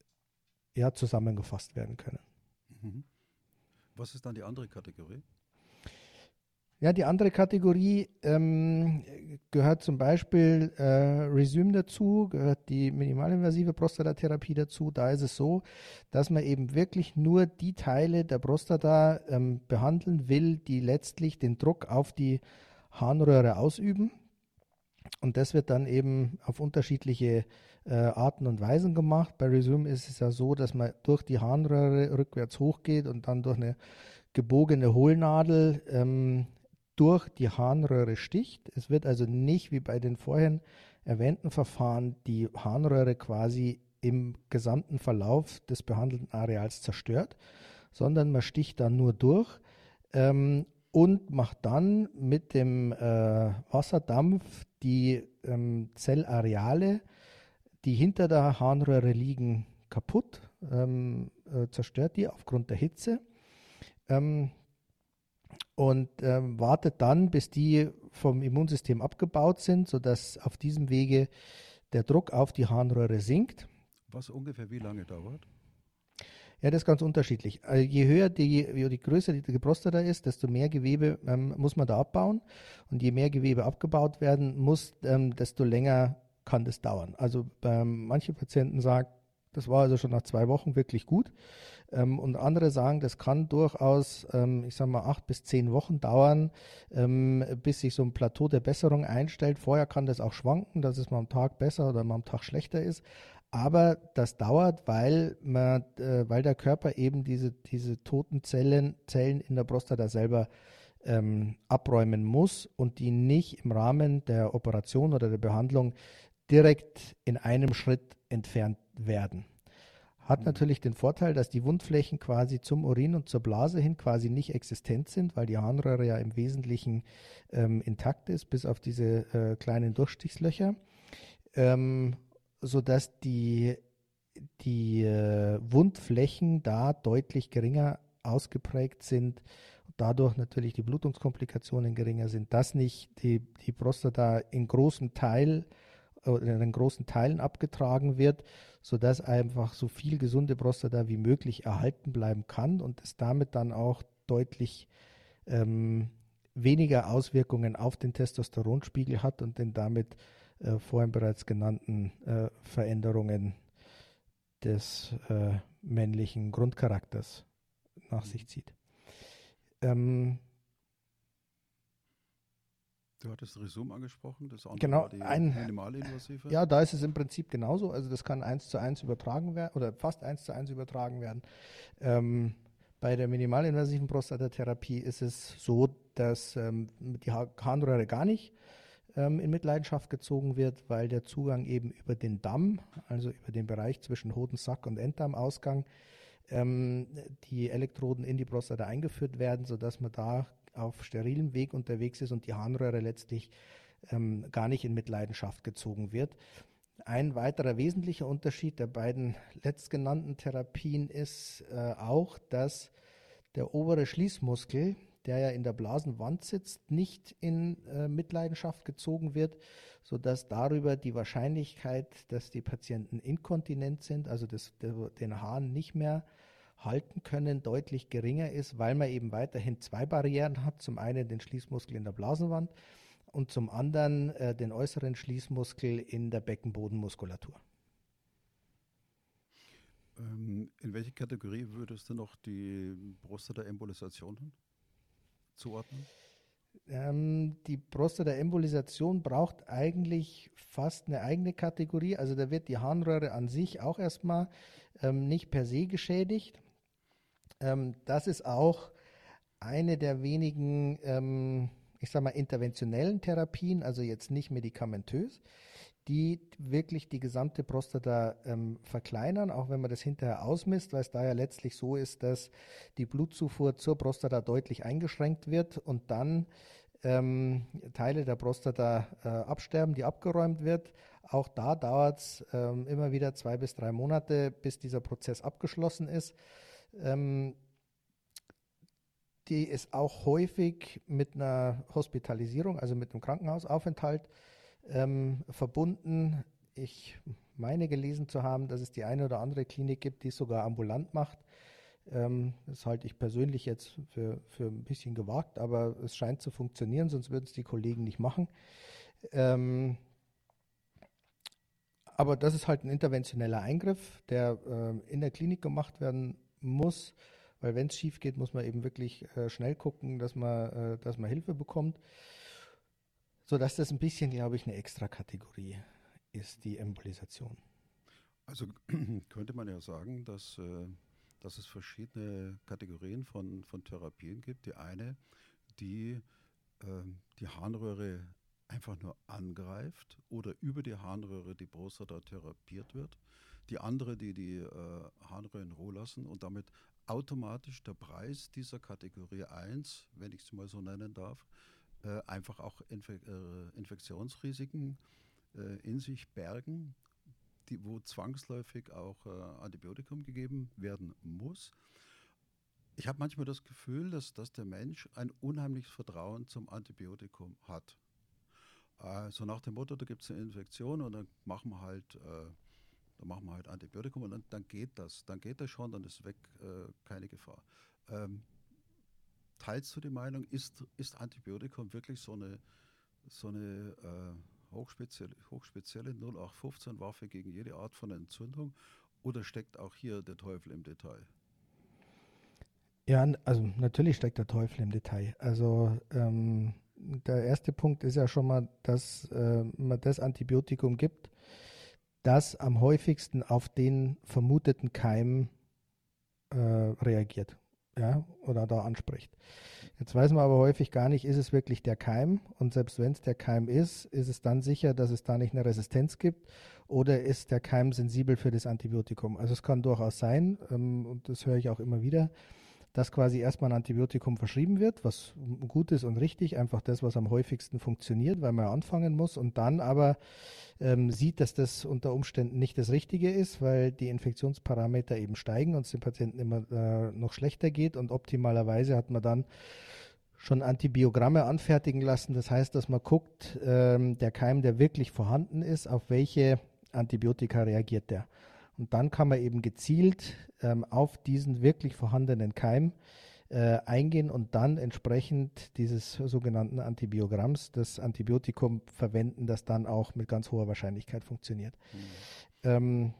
ja, zusammengefasst werden können. Mhm. Was ist dann die andere Kategorie? Ja, die andere Kategorie ähm, gehört zum Beispiel äh, Resume dazu, gehört die minimalinvasive Prostatatherapie dazu. Da ist es so, dass man eben wirklich nur die Teile der Prostata ähm, behandeln will, die letztlich den Druck auf die Harnröhre ausüben. Und das wird dann eben auf unterschiedliche äh, Arten und Weisen gemacht. Bei Rezum ist es ja so, dass man durch die Harnröhre rückwärts hochgeht und dann durch eine gebogene Hohlnadel ähm, durch die Harnröhre sticht. Es wird also nicht wie bei den vorhin erwähnten Verfahren die Harnröhre quasi im gesamten Verlauf des behandelten Areals zerstört, sondern man sticht dann nur durch ähm, und macht dann mit dem äh, Wasserdampf die ähm, Zellareale, die hinter der Harnröhre liegen, kaputt, ähm, äh, zerstört die aufgrund der Hitze ähm, und ähm, wartet dann, bis die vom Immunsystem abgebaut sind, sodass auf diesem Wege der Druck auf die Harnröhre sinkt. Was ungefähr wie lange dauert? Ja, das ist ganz unterschiedlich. Also je höher die, je größer die, die Prostata ist, desto mehr Gewebe ähm, muss man da abbauen. Und je mehr Gewebe abgebaut werden muss, ähm, desto länger kann das dauern. Also ähm, manche Patienten sagen, das war also schon nach zwei Wochen wirklich gut. Ähm, und andere sagen, das kann durchaus, ähm, ich sage mal, acht bis zehn Wochen dauern, ähm, bis sich so ein Plateau der Besserung einstellt. Vorher kann das auch schwanken, dass es mal am Tag besser oder mal am Tag schlechter ist. Aber das dauert, weil, man, äh, weil der Körper eben diese, diese toten Zellen, Zellen in der Prostata selber ähm, abräumen muss und die nicht im Rahmen der Operation oder der Behandlung direkt in einem Schritt entfernt werden. Hat Mhm. natürlich den Vorteil, dass die Wundflächen quasi zum Urin und zur Blase hin quasi nicht existent sind, weil die Harnröhre ja im Wesentlichen ähm, intakt ist, bis auf diese äh, kleinen Durchstichslöcher. Ähm, sodass die, die äh, Wundflächen da deutlich geringer ausgeprägt sind, dadurch natürlich die Blutungskomplikationen geringer sind, dass nicht die, die Prostata in großem Teil oder in großen Teilen abgetragen wird, sodass einfach so viel gesunde Prostata wie möglich erhalten bleiben kann und es damit dann auch deutlich ähm, weniger Auswirkungen auf den Testosteronspiegel hat und den damit äh, vorhin bereits genannten äh, Veränderungen des äh, männlichen Grundcharakters nach sich zieht. Ähm, Du hattest Resum angesprochen, das andere genau, war die ein, minimalinvasive. ja, da ist es im Prinzip genauso. Also das kann eins zu eins übertragen werden oder fast eins zu eins übertragen werden. Ähm, bei der minimalinvasiven Prostatatherapie ist es so, dass ähm, die Harnröhre gar nicht ähm, in Mitleidenschaft gezogen wird, weil der Zugang eben über den Damm, also über den Bereich zwischen Hodensack und Enddammausgang, ähm, die Elektroden in die Prostata eingeführt werden, sodass man da auf sterilem Weg unterwegs ist und die Harnröhre letztlich ähm, gar nicht in Mitleidenschaft gezogen wird. Ein weiterer wesentlicher Unterschied der beiden letztgenannten Therapien ist äh, auch, dass der obere Schließmuskel, der ja in der Blasenwand sitzt, nicht in äh, Mitleidenschaft gezogen wird, sodass darüber die Wahrscheinlichkeit, dass die Patienten inkontinent sind, also das, der, den Hahn nicht mehr halten können, deutlich geringer ist, weil man eben weiterhin zwei Barrieren hat. Zum einen den Schließmuskel in der Blasenwand und zum anderen äh, den äußeren Schließmuskel in der Beckenbodenmuskulatur. Ähm, in welche Kategorie würdest du noch die Prostata-Embolisation zuordnen? Ähm, die Prostata-Embolisation braucht eigentlich fast eine eigene Kategorie. Also da wird die Harnröhre an sich auch erstmal ähm, nicht per se geschädigt. Ähm, das ist auch eine der wenigen, ähm, ich sag mal, interventionellen Therapien, also jetzt nicht medikamentös, die wirklich die gesamte Prostata ähm, verkleinern, auch wenn man das hinterher ausmisst, weil es da ja letztlich so ist, dass die Blutzufuhr zur Prostata deutlich eingeschränkt wird und dann ähm, Teile der Prostata äh, absterben, die abgeräumt wird. Auch da dauert es ähm, immer wieder zwei bis drei Monate, bis dieser Prozess abgeschlossen ist. Ähm, die ist auch häufig mit einer Hospitalisierung, also mit einem Krankenhausaufenthalt ähm, verbunden. Ich meine gelesen zu haben, dass es die eine oder andere Klinik gibt, die es sogar ambulant macht. Ähm, das halte ich persönlich jetzt für, für ein bisschen gewagt, aber es scheint zu funktionieren, sonst würden es die Kollegen nicht machen. Ähm, aber das ist halt ein interventioneller Eingriff, der äh, in der Klinik gemacht werden muss, weil wenn es schief geht, muss man eben wirklich äh, schnell gucken, dass man, äh, dass man Hilfe bekommt. sodass das ein bisschen, glaube ich, eine Extrakategorie ist, die Embolisation. Also könnte man ja sagen, dass, äh, dass es verschiedene Kategorien von, von Therapien gibt. Die eine, die ähm, die Harnröhre einfach nur angreift oder über die Harnröhre die Prostata therapiert wird. Die andere, die die äh, Harnröhre in Ruhe lassen und damit automatisch der Preis dieser Kategorie eins, wenn ich es mal so nennen darf, äh, einfach auch Infe äh, Infektionsrisiken äh, in sich bergen, die, wo zwangsläufig auch äh, Antibiotikum gegeben werden muss. Ich habe manchmal das Gefühl, dass, dass der Mensch ein unheimliches Vertrauen zum Antibiotikum hat. Äh, so nach dem Motto, da gibt es eine Infektion und dann machen wir halt, äh, dann machen wir halt Antibiotikum und dann, dann geht das. Dann geht das schon, dann ist weg, äh, keine Gefahr. Ähm, teilst du die Meinung, ist, ist Antibiotikum wirklich so eine, so eine äh, hochspezielle, hochspezielle null acht fünfzehn Waffe gegen jede Art von Entzündung oder steckt auch hier der Teufel im Detail? Ja, also natürlich steckt der Teufel im Detail. Also ähm, der erste Punkt ist ja schon mal, dass äh, man das Antibiotikum gibt, das am häufigsten auf den vermuteten Keim äh, reagiert, ja, oder da anspricht. Jetzt weiß man aber häufig gar nicht, ist es wirklich der Keim? Und selbst wenn es der Keim ist, ist es dann sicher, dass es da nicht eine Resistenz gibt oder ist der Keim sensibel für das Antibiotikum? Also es kann durchaus sein, ähm, und das höre ich auch immer wieder, dass quasi erstmal ein Antibiotikum verschrieben wird, was gut ist und richtig, einfach das, was am häufigsten funktioniert, weil man anfangen muss und dann aber ähm, sieht, dass das unter Umständen nicht das Richtige ist, weil die Infektionsparameter eben steigen und es dem Patienten immer äh, noch schlechter geht und optimalerweise hat man dann schon Antibiogramme anfertigen lassen. Das heißt, dass man guckt, ähm, der Keim, der wirklich vorhanden ist, auf welche Antibiotika reagiert der. Und dann kann man eben gezielt ähm, auf diesen wirklich vorhandenen Keim äh, eingehen und dann entsprechend dieses sogenannten Antibiogramms, das Antibiotikum verwenden, das dann auch mit ganz hoher Wahrscheinlichkeit funktioniert. Mhm. Ähm,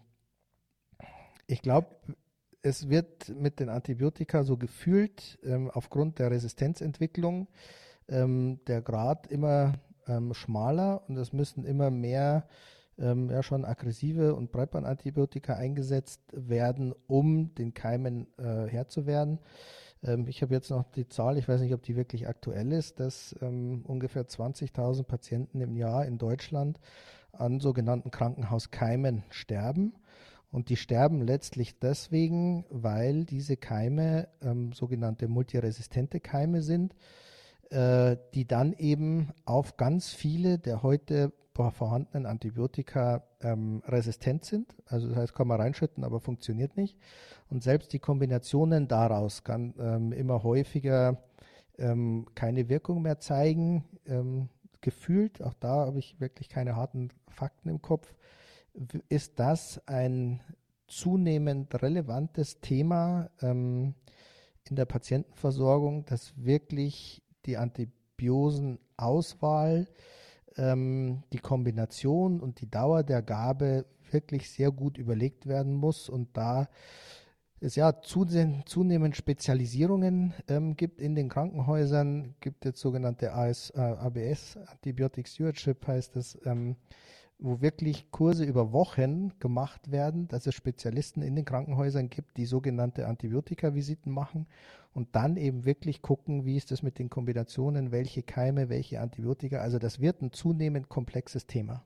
ich glaube, es wird mit den Antibiotika so gefühlt ähm, aufgrund der Resistenzentwicklung ähm, der Grad immer ähm, schmaler und es müssen immer mehr ähm, ja schon aggressive und Breitbandantibiotika eingesetzt werden, um den Keimen äh, Herr zu werden. Ähm, ich habe jetzt noch die Zahl, ich weiß nicht, ob die wirklich aktuell ist, dass ähm, ungefähr zwanzigtausend Patienten im Jahr in Deutschland an sogenannten Krankenhauskeimen sterben. Und die sterben letztlich deswegen, weil diese Keime ähm, sogenannte multiresistente Keime sind, äh, die dann eben auf ganz viele der heute vorhandenen Antibiotika ähm, resistent sind. Also das heißt, kann man reinschütten, aber funktioniert nicht. Und selbst die Kombinationen daraus kann ähm, immer häufiger ähm, keine Wirkung mehr zeigen. Ähm, gefühlt, auch da habe ich wirklich keine harten Fakten im Kopf, ist das ein zunehmend relevantes Thema ähm, in der Patientenversorgung, dass wirklich die Antibiosenauswahl, ähm, die Kombination und die Dauer der Gabe wirklich sehr gut überlegt werden muss und da es ja zunehmend Spezialisierungen ähm, gibt in den Krankenhäusern, gibt jetzt sogenannte A S, äh, A B S, Antibiotic Stewardship heißt das, ähm, wo wirklich Kurse über Wochen gemacht werden, dass es Spezialisten in den Krankenhäusern gibt, die sogenannte Antibiotika-Visiten machen und dann eben wirklich gucken, wie ist das mit den Kombinationen, welche Keime, welche Antibiotika. Also das wird ein zunehmend komplexes Thema.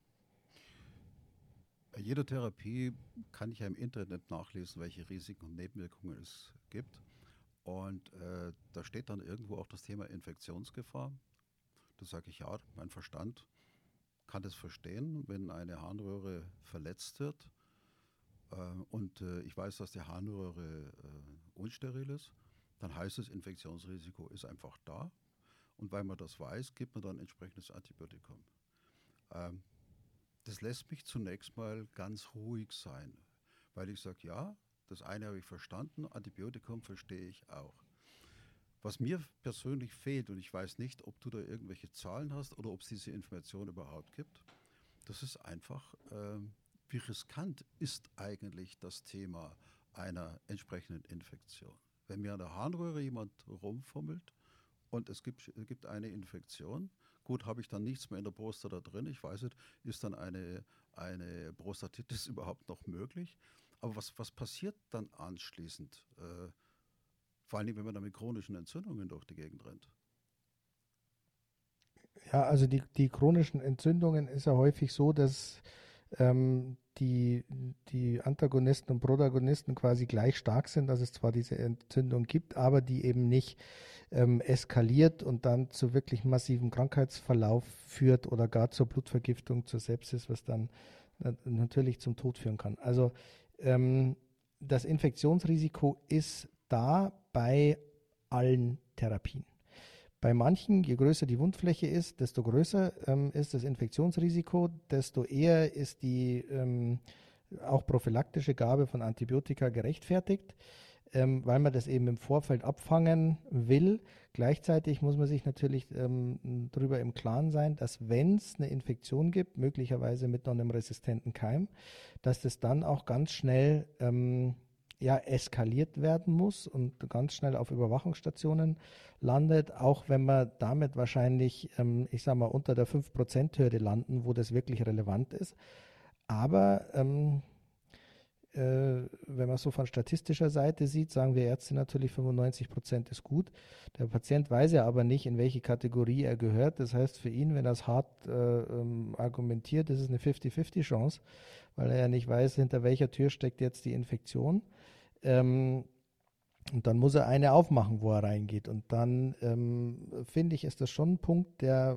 Bei jeder Therapie kann ich ja im Internet nachlesen, welche Risiken und Nebenwirkungen es gibt. Und äh, da steht dann irgendwo auch das Thema Infektionsgefahr. Da sage ich, ja, mein Verstand kann das verstehen, wenn eine Harnröhre verletzt wird. Äh, und äh, ich weiß, dass die Harnröhre äh, unsteril ist. Dann heißt es, Infektionsrisiko ist einfach da. Und weil man das weiß, gibt man dann entsprechendes Antibiotikum. Ähm, Das lässt mich zunächst mal ganz ruhig sein, weil ich sage, ja, das eine habe ich verstanden, Antibiotikum verstehe ich auch. Was mir persönlich fehlt, und ich weiß nicht, ob du da irgendwelche Zahlen hast oder ob es diese Information überhaupt gibt, das ist einfach, äh, wie riskant ist eigentlich das Thema einer entsprechenden Infektion. Wenn mir an der Harnröhre jemand rumfummelt und es gibt, es gibt eine Infektion, Gut, habe ich dann nichts mehr in der Prostata drin? Ich weiß nicht, ist dann eine, eine Prostatitis überhaupt noch möglich? Aber was, was passiert dann anschließend? Äh, vor allem, wenn man dann mit chronischen Entzündungen durch die Gegend rennt. Ja, also die, die chronischen Entzündungen ist ja häufig so, dass ähm, die, die Antagonisten und Protagonisten quasi gleich stark sind, dass es zwar diese Entzündung gibt, aber die eben nicht ähm, eskaliert und dann zu wirklich massivem Krankheitsverlauf führt oder gar zur Blutvergiftung, zur Sepsis, was dann na- natürlich zum Tod führen kann. Also ähm, das Infektionsrisiko ist da bei allen Therapien. Bei manchen, je größer die Wundfläche ist, desto größer ähm, ist das Infektionsrisiko, desto eher ist die ähm, auch prophylaktische Gabe von Antibiotika gerechtfertigt, ähm, weil man das eben im Vorfeld abfangen will. Gleichzeitig muss man sich natürlich ähm, darüber im Klaren sein, dass wenn es eine Infektion gibt, möglicherweise mit noch einem resistenten Keim, dass das dann auch ganz schnell ähm, ja, eskaliert werden muss und ganz schnell auf Überwachungsstationen landet, auch wenn wir damit wahrscheinlich, ähm, ich sage mal, unter der fünf Prozent Hürde landen, wo das wirklich relevant ist. Aber ähm, äh, wenn man so von statistischer Seite sieht, sagen wir Ärzte natürlich, fünfundneunzig Prozent ist gut. Der Patient weiß ja aber nicht, in welche Kategorie er gehört. Das heißt für ihn, wenn er es hart äh, ähm, argumentiert, ist es eine fünfzig fünfzig Chance, weil er ja nicht weiß, hinter welcher Tür steckt jetzt die Infektion. Ähm, und dann muss er eine aufmachen, wo er reingeht. Und dann ähm, finde ich, ist das schon ein Punkt, der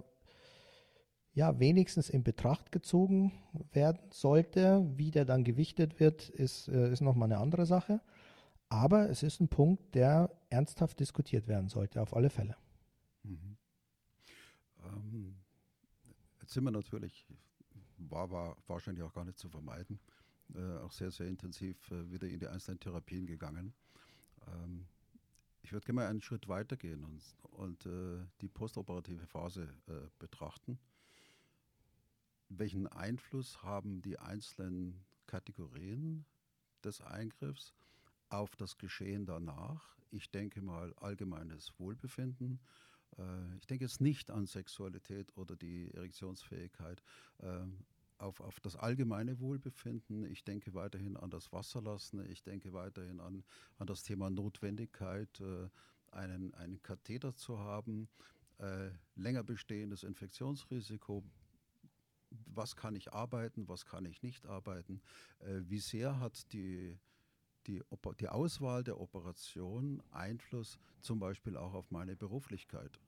ja wenigstens in Betracht gezogen werden sollte. Wie der dann gewichtet wird, ist, äh, ist nochmal eine andere Sache. Aber es ist ein Punkt, der ernsthaft diskutiert werden sollte, auf alle Fälle. Mhm. Ähm, jetzt sind wir natürlich, war, war wahrscheinlich auch gar nicht zu vermeiden, äh, auch sehr, sehr intensiv äh, wieder in die einzelnen Therapien gegangen. Ähm, ich würde gerne mal einen Schritt weitergehen und, und äh, die postoperative Phase äh, betrachten. Welchen Einfluss haben die einzelnen Kategorien des Eingriffs auf das Geschehen danach? Ich denke mal allgemeines Wohlbefinden. Äh, ich denke jetzt nicht an Sexualität oder die Erektionsfähigkeit. Ähm, auf, auf das allgemeine Wohlbefinden. Ich denke weiterhin an das Wasserlassen. Ich denke weiterhin an, an das Thema Notwendigkeit, äh, einen, einen Katheter zu haben. Äh, länger bestehendes Infektionsrisiko. Was kann ich arbeiten, was kann ich nicht arbeiten? Äh, wie sehr hat die, die, die Auswahl der Operation Einfluss zum Beispiel auch auf meine Beruflichkeit?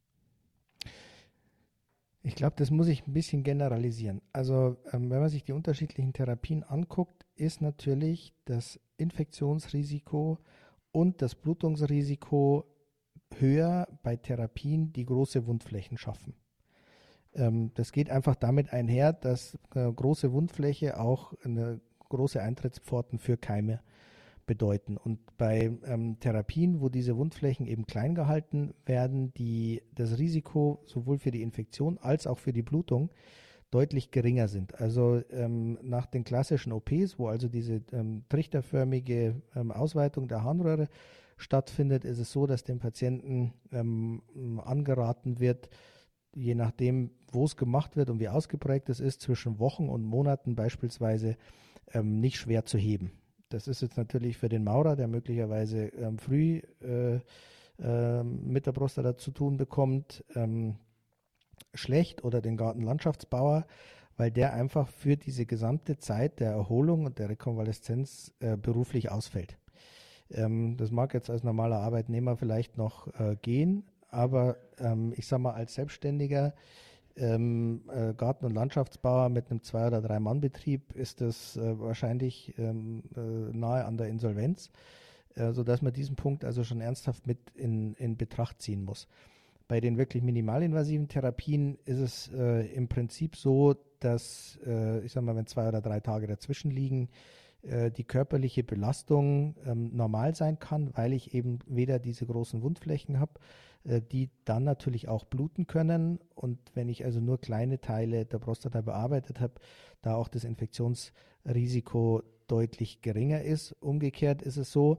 Ich glaube, das muss ich ein bisschen generalisieren. Also ähm, wenn man sich die unterschiedlichen Therapien anguckt, ist natürlich das Infektionsrisiko und das Blutungsrisiko höher bei Therapien, die große Wundflächen schaffen. Ähm, das geht einfach damit einher, dass äh, große Wundfläche auch eine große Eintrittspforten für Keime bedeuten. Und bei ähm, Therapien, wo diese Wundflächen eben klein gehalten werden, die das Risiko sowohl für die Infektion als auch für die Blutung deutlich geringer sind. Also ähm, nach den klassischen O Ps, wo also diese ähm, trichterförmige ähm, Ausweitung der Harnröhre stattfindet, ist es so, dass dem Patienten ähm, angeraten wird, je nachdem, wo es gemacht wird und wie ausgeprägt es ist, zwischen Wochen und Monaten beispielsweise ähm, nicht schwer zu heben. Das ist jetzt natürlich für den Maurer, der möglicherweise ähm, früh äh, äh, mit der Prostata zu tun bekommt, ähm, schlecht, oder den Gartenlandschaftsbauer, weil der einfach für diese gesamte Zeit der Erholung und der Rekonvaleszenz äh, beruflich ausfällt. Ähm, das mag jetzt als normaler Arbeitnehmer vielleicht noch äh, gehen, aber ähm, ich sage mal, als Selbstständiger ähm, äh, Garten- und Landschaftsbauer mit einem Zwei- oder Drei-Mann-Betrieb ist das äh, wahrscheinlich ähm, äh, nahe an der Insolvenz, äh, sodass man diesen Punkt also schon ernsthaft mit in, in Betracht ziehen muss. Bei den wirklich minimalinvasiven Therapien ist es äh, im Prinzip so, dass, äh, ich sage mal, wenn zwei oder drei Tage dazwischen liegen, äh, die körperliche Belastung ähm, normal sein kann, weil ich eben weder diese großen Wundflächen habe, äh, die dann natürlich auch bluten können. Und wenn ich also nur kleine Teile der Prostata bearbeitet habe, da auch das Infektionsrisiko deutlich geringer ist. Umgekehrt ist es so,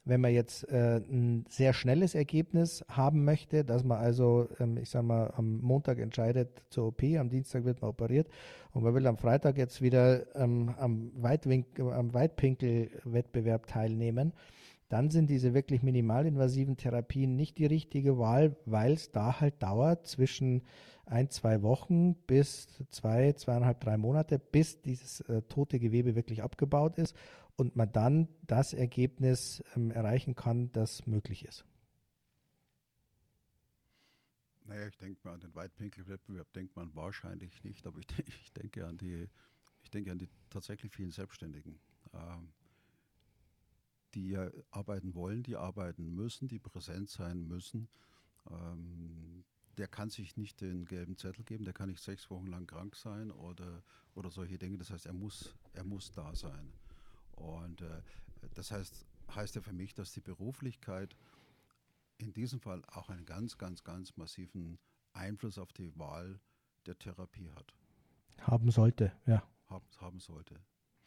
Wenn man jetzt äh, ein sehr schnelles Ergebnis haben möchte, dass man also, ähm, ich sage mal, am Montag entscheidet zur O P, am Dienstag wird man operiert und man will am Freitag jetzt wieder ähm, am, Weitwink am Weitpinkelwettbewerb teilnehmen, dann sind diese wirklich minimalinvasiven Therapien nicht die richtige Wahl, weil es da halt dauert zwischen ein, zwei Wochen bis zwei, zweieinhalb, drei Monate, bis dieses äh, tote Gewebe wirklich abgebaut ist und man dann das Ergebnis ähm, erreichen kann, das möglich ist. Naja, ich denke mal an den Weitwinkelwettbewerb, denkt man wahrscheinlich nicht, aber ich, de- ich denke an die, ich denke an die tatsächlich vielen Selbstständigen, ähm, die ja arbeiten wollen, die arbeiten müssen, die präsent sein müssen. Ähm, der kann sich nicht den gelben Zettel geben, der kann nicht sechs Wochen lang krank sein oder, oder solche Dinge. Das heißt, er muss, er muss da sein. Und äh, das heißt, heißt ja für mich, dass die Beruflichkeit in diesem Fall auch einen ganz, ganz, ganz massiven Einfluss auf die Wahl der Therapie hat, Haben sollte, ja. haben, haben sollte.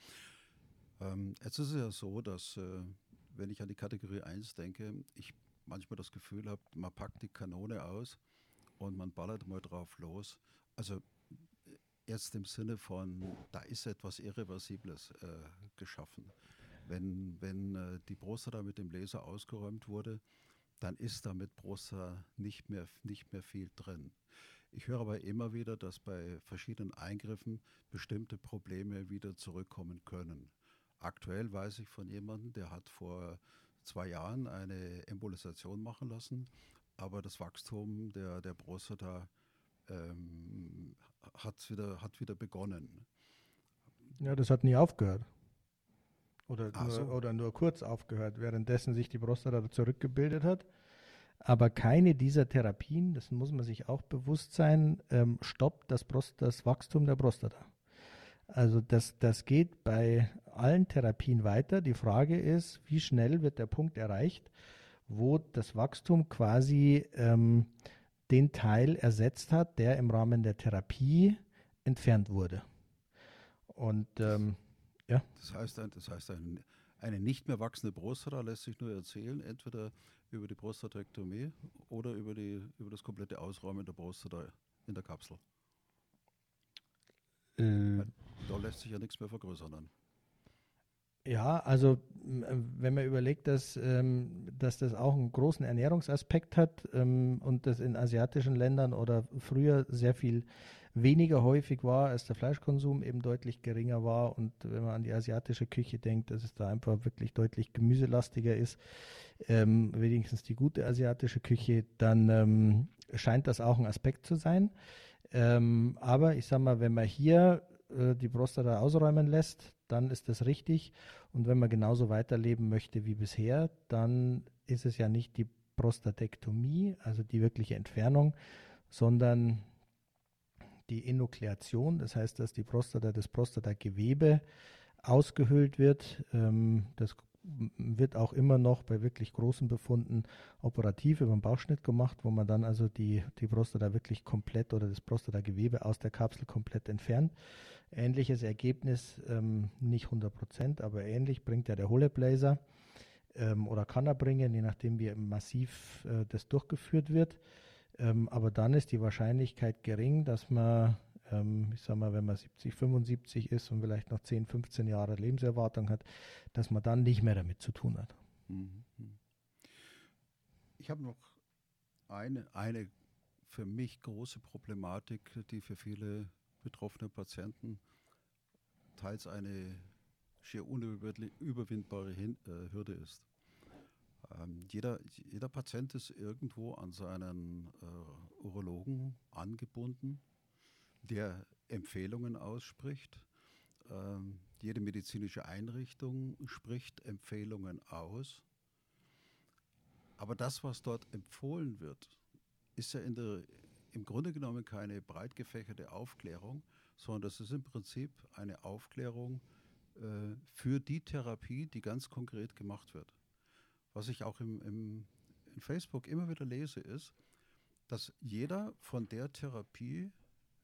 Ähm, jetzt ist es ja so, dass, äh, wenn ich an die Kategorie eins denke, ich manchmal das Gefühl habe, man packt die Kanone aus und man ballert mal drauf los. Also jetzt im Sinne von, da ist etwas Irreversibles äh, geschaffen. Wenn, wenn äh, die Prostata mit dem Laser ausgeräumt wurde, dann ist da mit Prostata nicht mehr, nicht mehr viel drin. Ich höre aber immer wieder, dass bei verschiedenen Eingriffen bestimmte Probleme wieder zurückkommen können. Aktuell weiß ich von jemandem, der hat vor zwei Jahren eine Embolisation machen lassen, aber das Wachstum der, der Prostata ähm, hat, wieder, hat wieder begonnen. Ja, das hat nie aufgehört. Oder Ach nur, so. oder nur kurz aufgehört, währenddessen sich die Prostata zurückgebildet hat. Aber keine dieser Therapien, das muss man sich auch bewusst sein, ähm, stoppt das, Prost das Wachstum der Prostata. Also das, das geht bei allen Therapien weiter. Die Frage ist, wie schnell wird der Punkt erreicht, wo das Wachstum quasi ähm, den Teil ersetzt hat, der im Rahmen der Therapie entfernt wurde. Und Das, ähm, ja. das heißt, ein, das heißt ein, eine nicht mehr wachsende Prostata lässt sich nur erzählen, entweder über die Prostatektomie oder über, die, über das komplette Ausräumen der Prostata in der Kapsel. Äh, Weil da lässt sich ja nichts mehr vergrößern dann. Ja, also m- wenn man überlegt, dass, ähm, dass das auch einen großen Ernährungsaspekt hat ähm, und das in asiatischen Ländern oder früher sehr viel weniger häufig war, als der Fleischkonsum eben deutlich geringer war und wenn man an die asiatische Küche denkt, dass es da einfach wirklich deutlich gemüselastiger ist, ähm, wenigstens die gute asiatische Küche, dann ähm, scheint das auch ein Aspekt zu sein. Ähm, aber ich sage mal, wenn man hier äh, die Prostata ausräumen lässt, dann ist das richtig. Und wenn man genauso weiterleben möchte wie bisher, dann ist es ja nicht die Prostatektomie, also die wirkliche Entfernung, sondern die Enukleation. Das heißt, dass die Prostata, das Prostatagewebe ausgehöhlt wird. Ähm, das wird auch immer noch bei wirklich großen Befunden operativ über den Bauchschnitt gemacht, wo man dann also die, die Prostata wirklich komplett oder das Prostatagewebe aus der Kapsel komplett entfernt. Ähnliches Ergebnis, ähm, nicht hundert Prozent, aber ähnlich bringt ja der Holeb-Laser ähm, oder kann er bringen, je nachdem wie massiv äh, das durchgeführt wird. Ähm, aber dann ist die Wahrscheinlichkeit gering, dass man, ähm, ich sag mal, wenn man siebzig, fünfundsiebzig ist und vielleicht noch zehn, fünfzehn Jahre Lebenserwartung hat, dass man dann nicht mehr damit zu tun hat. Mhm. Ich habe noch eine, eine für mich große Problematik, die für viele betroffene Patienten teils eine schier unüberwindbare Hin äh, Hürde ist. Ähm, jeder, jeder Patient ist irgendwo an seinen äh, Urologen angebunden, der Empfehlungen ausspricht. Ähm, jede medizinische Einrichtung spricht Empfehlungen aus. Aber das, was dort empfohlen wird, ist ja in der, im Grunde genommen keine breit gefächerte Aufklärung, sondern das ist im Prinzip eine Aufklärung äh, für die Therapie, die ganz konkret gemacht wird. Was ich auch im, im, in Facebook immer wieder lese, ist, dass jeder von der Therapie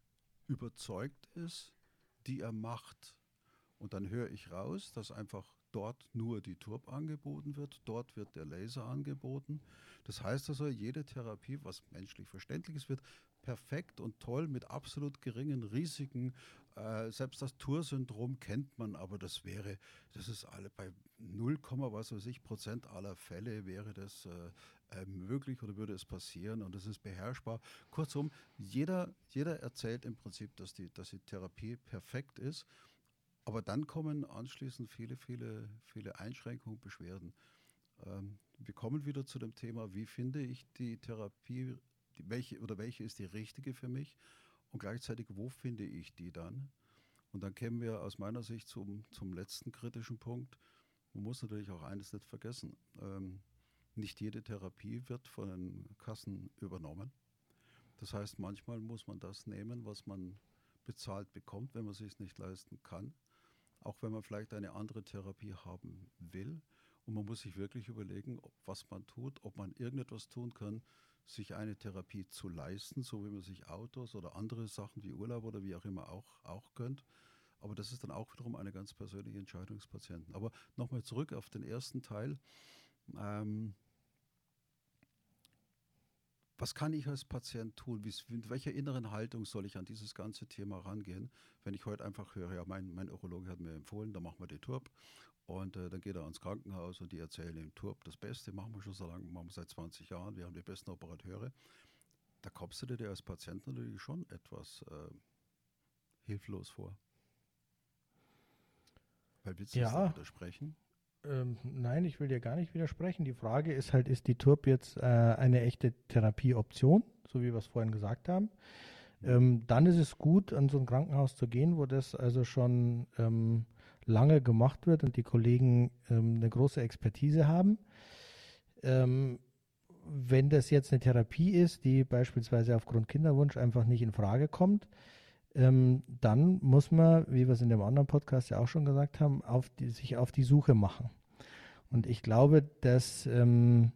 überzeugt ist, die er macht. Und dann höre ich raus, dass einfach dort nur die Turb angeboten wird, dort wird der Laser angeboten. Das heißt also, jede Therapie, was menschlich verständlich ist, wird perfekt und toll mit absolut geringen Risiken. Äh, selbst das Tour-Syndrom kennt man, aber das wäre, das ist alle bei null, was weiß ich, Prozent aller Fälle wäre das äh, äh, möglich oder würde es passieren und das ist beherrschbar. Kurzum, jeder, jeder erzählt im Prinzip, dass die, dass die Therapie perfekt ist, aber dann kommen anschließend viele, viele, viele Einschränkungen, Beschwerden. Ähm, wir kommen wieder zu dem Thema, wie finde ich die Therapie, die, welche oder welche ist die richtige für mich und gleichzeitig, wo finde ich die dann? Und dann kämen wir aus meiner Sicht zum, zum letzten kritischen Punkt. Man muss natürlich auch eines nicht vergessen. Ähm, nicht jede Therapie wird von den Kassen übernommen. Das heißt, manchmal muss man das nehmen, was man bezahlt bekommt, wenn man es sich nicht leisten kann. Auch wenn man vielleicht eine andere Therapie haben will. Und man muss sich wirklich überlegen, ob, was man tut, ob man irgendetwas tun kann, sich eine Therapie zu leisten, so wie man sich Autos oder andere Sachen wie Urlaub oder wie auch immer auch, auch gönnt. Aber das ist dann auch wiederum eine ganz persönliche Entscheidung des Patienten. Aber nochmal zurück auf den ersten Teil. Ähm, Was kann ich als Patient tun? Wie, mit welcher inneren Haltung soll ich an dieses ganze Thema rangehen, wenn ich heute einfach höre, ja, mein, mein Urologe hat mir empfohlen, da machen wir die Turb und äh, dann geht er ans Krankenhaus und die erzählen ihm Turb das Beste, machen wir schon so lange, machen wir seit zwanzig Jahren, wir haben die besten Operateure. Da kommst du dir als Patient natürlich schon etwas äh, hilflos vor. Weil willst du das da Ja, widersprechen? ähm, nein, ich will dir gar nicht widersprechen. Die Frage ist halt, ist die Turb jetzt äh, eine echte Therapieoption, so wie wir es vorhin gesagt haben? Mhm. Ähm, dann ist es gut, an so ein Krankenhaus zu gehen, wo das also schon ähm, lange gemacht wird und die Kollegen ähm, eine große Expertise haben. Ähm, wenn das jetzt eine Therapie ist, die beispielsweise aufgrund Kinderwunsch einfach nicht in Frage kommt, ähm, dann muss man, wie wir es in dem anderen Podcast ja auch schon gesagt haben, auf die, sich auf die Suche machen. Und Mhm. ich glaube, dass ähm,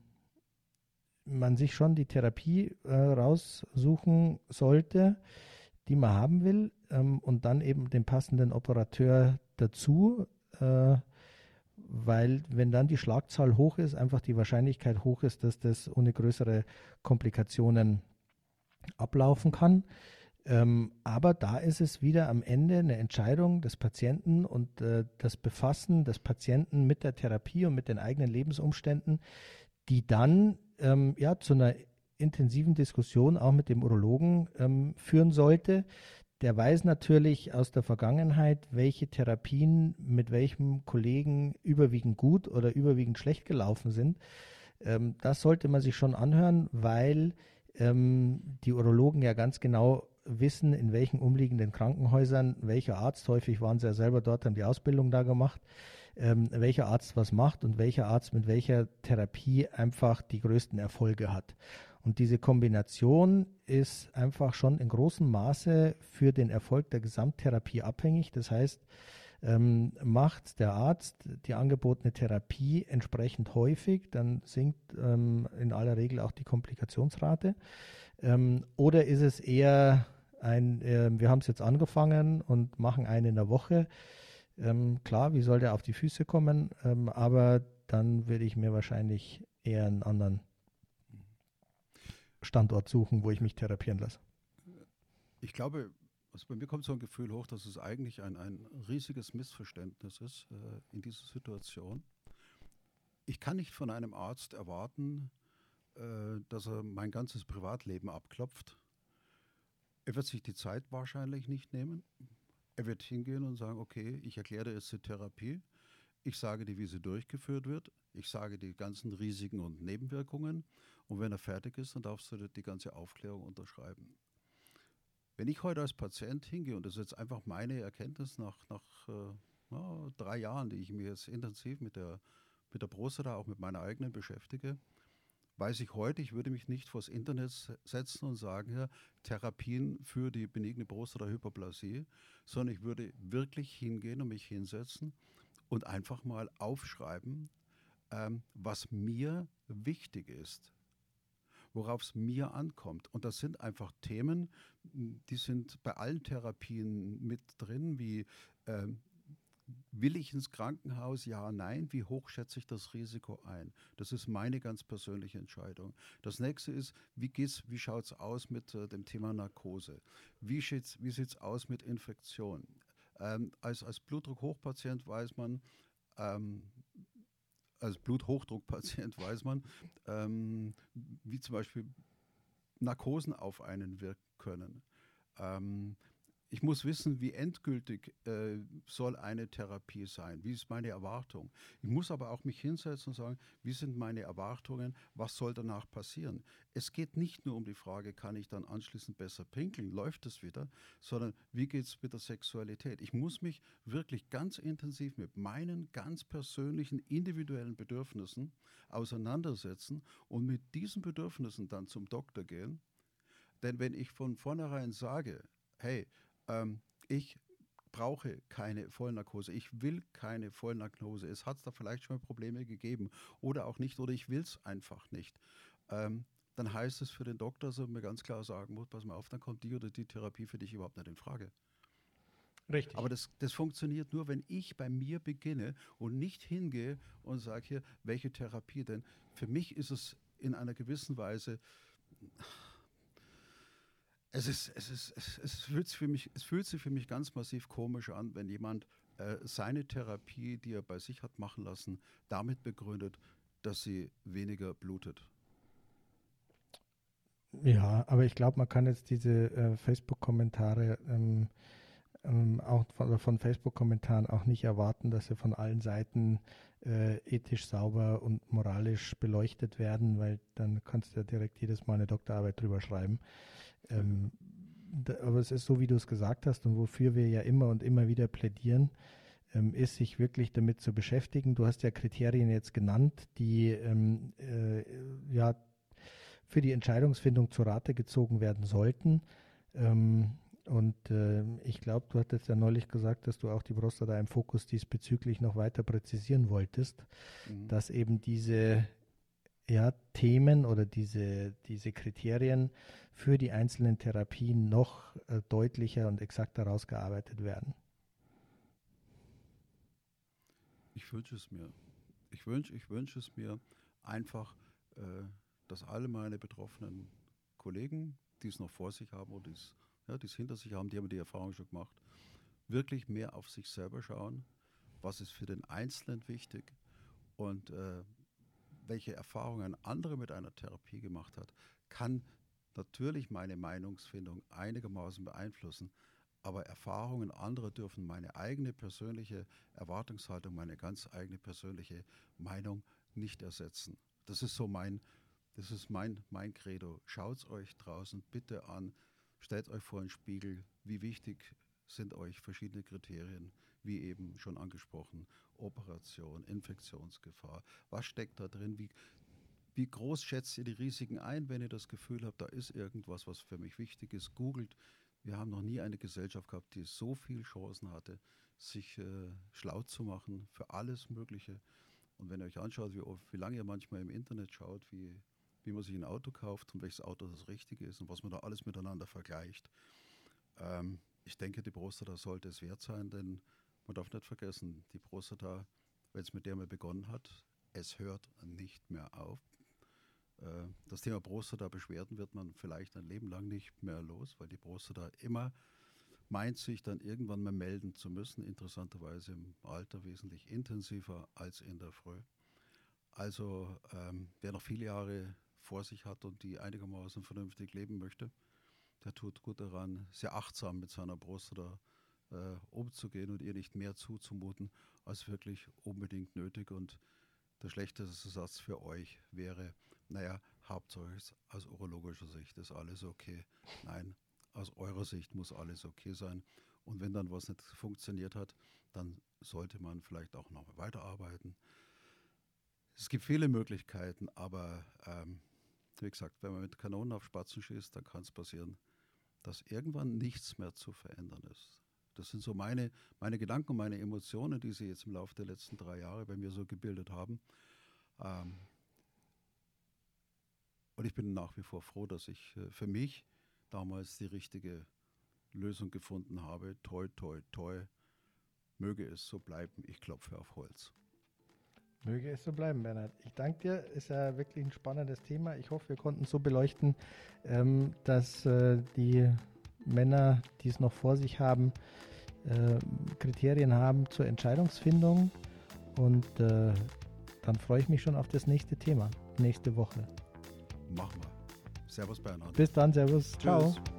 man sich schon die Therapie äh, raussuchen sollte, die man haben will, ähm, und dann eben den passenden Operateur dazu, äh, weil wenn dann die Schlagzahl hoch ist, einfach die Wahrscheinlichkeit hoch ist, dass das ohne größere Komplikationen ablaufen kann. Ähm, aber da ist es wieder am Ende eine Entscheidung des Patienten und äh, das Befassen des Patienten mit der Therapie und mit den eigenen Lebensumständen, die dann ähm, ja, zu einer intensiven Diskussion auch mit dem Urologen ähm, führen sollte. Der weiß natürlich aus der Vergangenheit, welche Therapien mit welchem Kollegen überwiegend gut oder überwiegend schlecht gelaufen sind. Ähm, das sollte man sich schon anhören, weil ähm, die Urologen ja ganz genau wissen, in welchen umliegenden Krankenhäusern welcher Arzt, häufig waren sie ja selber dort, haben die Ausbildung da gemacht, ähm, welcher Arzt was macht und welcher Arzt mit welcher Therapie einfach die größten Erfolge hat. Und diese Kombination ist einfach schon in großem Maße für den Erfolg der Gesamttherapie abhängig. Das heißt, ähm, macht der Arzt die angebotene Therapie entsprechend häufig, dann sinkt ähm, in aller Regel auch die Komplikationsrate. Ähm, oder ist es eher ein, äh, wir haben es jetzt angefangen und machen eine in der Woche. Ähm, klar, wie soll der auf die Füße kommen? Ähm, aber dann würde ich mir wahrscheinlich eher einen anderen Standort suchen, wo ich mich therapieren lasse. Ich glaube, also bei mir kommt so ein Gefühl hoch, dass es eigentlich ein, ein riesiges Missverständnis ist äh, in dieser Situation. Ich kann nicht von einem Arzt erwarten, äh, dass er mein ganzes Privatleben abklopft. Er wird sich die Zeit wahrscheinlich nicht nehmen. Er wird hingehen und sagen, okay, ich erkläre dir jetzt die Therapie. Ich sage dir, wie sie durchgeführt wird. Ich sage die ganzen Risiken und Nebenwirkungen. Und wenn er fertig ist, dann darfst du die ganze Aufklärung unterschreiben. Wenn ich heute als Patient hingehe, und das ist jetzt einfach meine Erkenntnis nach, nach äh, na, drei Jahren, die ich mich jetzt intensiv mit der, mit der Prostata, auch mit meiner eigenen beschäftige, weiß ich heute, ich würde mich nicht vors Internet setzen und sagen, ja, Therapien für die benigne Prostata-Hyperplasie, sondern ich würde wirklich hingehen und mich hinsetzen und einfach mal aufschreiben, ähm, was mir wichtig ist, worauf es mir ankommt. Und das sind einfach Themen, die sind bei allen Therapien mit drin, wie ähm, Will ich ins Krankenhaus? Ja, nein. Wie hoch schätze ich das Risiko ein? Das ist meine ganz persönliche Entscheidung. Das nächste ist, wie geht's, wie schaut es aus mit äh, dem Thema Narkose? Wie, wie sieht es aus mit Infektion? Ähm, als, als Blutdruckhochpatient weiß man, ähm, als Bluthochdruckpatient weiß man, ähm, wie zum Beispiel Narkosen auf einen wirken können. Ähm, ich muss wissen, wie endgültig äh, soll eine Therapie sein, wie ist meine Erwartung. Ich muss aber auch mich hinsetzen und sagen, wie sind meine Erwartungen, was soll danach passieren. Es geht nicht nur um die Frage, kann ich dann anschließend besser pinkeln, läuft es wieder, sondern wie geht es mit der Sexualität. Ich muss mich wirklich ganz intensiv mit meinen ganz persönlichen, individuellen Bedürfnissen auseinandersetzen und mit diesen Bedürfnissen dann zum Doktor gehen. Denn wenn ich von vornherein sage, hey, ähm, ich brauche keine Vollnarkose, ich will keine Vollnarkose, es hat da vielleicht schon mal Probleme gegeben oder auch nicht, oder ich will es einfach nicht, ähm, dann heißt es für den Doktor, dass er mir ganz klar sagen muss, pass mal auf, dann kommt die oder die Therapie für dich überhaupt nicht in Frage. Richtig. Aber das, das funktioniert nur, wenn ich bei mir beginne und nicht hingehe und sage hier, welche Therapie denn? Für mich ist es in einer gewissen Weise... Es, ist, es, ist, es, es, fühlt sich für mich, es fühlt sich für mich ganz massiv komisch an, wenn jemand äh, seine Therapie, die er bei sich hat machen lassen, damit begründet, dass sie weniger blutet. Ja, aber ich glaube, man kann jetzt diese äh, Facebook-Kommentare ähm, ähm, auch von, von Facebook-Kommentaren auch nicht erwarten, dass sie von allen Seiten äh, ethisch sauber und moralisch beleuchtet werden, weil dann kannst du ja direkt jedes Mal eine Doktorarbeit drüber schreiben. Ähm, da, aber es ist so, wie du es gesagt hast und wofür wir ja immer und immer wieder plädieren, ähm, ist sich wirklich damit zu beschäftigen. Du hast ja Kriterien jetzt genannt, die ähm, äh, ja für die Entscheidungsfindung zu Rate gezogen werden sollten. Ähm, und äh, ich glaube, du hattest ja neulich gesagt, dass du auch die Prostata im Fokus diesbezüglich noch weiter präzisieren wolltest, Mhm. dass eben diese ja, Themen oder diese, diese Kriterien für die einzelnen Therapien noch äh, deutlicher und exakter rausgearbeitet werden. Ich wünsche es mir. Ich wünsche ich wünsch es mir einfach, äh, dass alle meine betroffenen Kollegen, die es noch vor sich haben oder die es ja, hinter sich haben, die haben die Erfahrung schon gemacht, wirklich mehr auf sich selber schauen, was ist für den Einzelnen wichtig und äh, welche Erfahrungen andere mit einer Therapie gemacht hat, kann natürlich meine Meinungsfindung einigermaßen beeinflussen, aber Erfahrungen anderer dürfen meine eigene persönliche Erwartungshaltung, meine ganz eigene persönliche Meinung nicht ersetzen. Das ist so mein, das ist mein, mein Credo. Schaut es euch draußen bitte an, stellt euch vor den Spiegel, wie wichtig sind euch verschiedene Kriterien, wie eben schon angesprochen, Operation, Infektionsgefahr. Was steckt da drin? Wie, wie groß schätzt ihr die Risiken ein, wenn ihr das Gefühl habt, da ist irgendwas, was für mich wichtig ist? Googelt. Wir haben noch nie eine Gesellschaft gehabt, die so viele Chancen hatte, sich äh, schlau zu machen für alles Mögliche. Und wenn ihr euch anschaut, wie, wie lange ihr manchmal im Internet schaut, wie, wie man sich ein Auto kauft und welches Auto das Richtige ist und was man da alles miteinander vergleicht, ähm, ich denke, die Prostata sollte es wert sein, denn man darf nicht vergessen, die Prostata, wenn es mit der mal begonnen hat, es hört nicht mehr auf. Äh, das Thema Prostata-Beschwerden wird man vielleicht ein Leben lang nicht mehr los, weil die Prostata immer meint, sich dann irgendwann mal melden zu müssen, interessanterweise im Alter wesentlich intensiver als in der Früh. Also ähm, wer noch viele Jahre vor sich hat und die einigermaßen vernünftig leben möchte, der tut gut daran, sehr achtsam mit seiner Prostata äh, umzugehen und ihr nicht mehr zuzumuten, als wirklich unbedingt nötig. Und der schlechteste Satz für euch wäre, naja, Hauptsache aus urologischer Sicht ist alles okay. Nein, aus eurer Sicht muss alles okay sein. Und wenn dann was nicht funktioniert hat, dann sollte man vielleicht auch noch weiterarbeiten. Es gibt viele Möglichkeiten, aber ähm, wie gesagt, wenn man mit Kanonen auf Spatzen schießt, dann kann es passieren, dass irgendwann nichts mehr zu verändern ist. Das sind so meine, meine Gedanken und meine Emotionen, die sich jetzt im Laufe der letzten drei Jahre bei mir so gebildet haben. Ähm, und ich bin nach wie vor froh, dass ich äh, für mich damals die richtige Lösung gefunden habe. Toi, toi, toi. möge es so bleiben. Ich klopfe auf Holz. Möge es so bleiben, Bernhard. Ich danke dir. Ist ja wirklich ein spannendes Thema. Ich hoffe, wir konnten so beleuchten, ähm, dass äh, die Männer, die es noch vor sich haben, äh, Kriterien haben zur Entscheidungsfindung. Und äh, dann freue ich mich schon auf das nächste Thema, nächste Woche. Machen wir. Servus, Bernhard. Bis dann, servus. Ciao. Tschüss.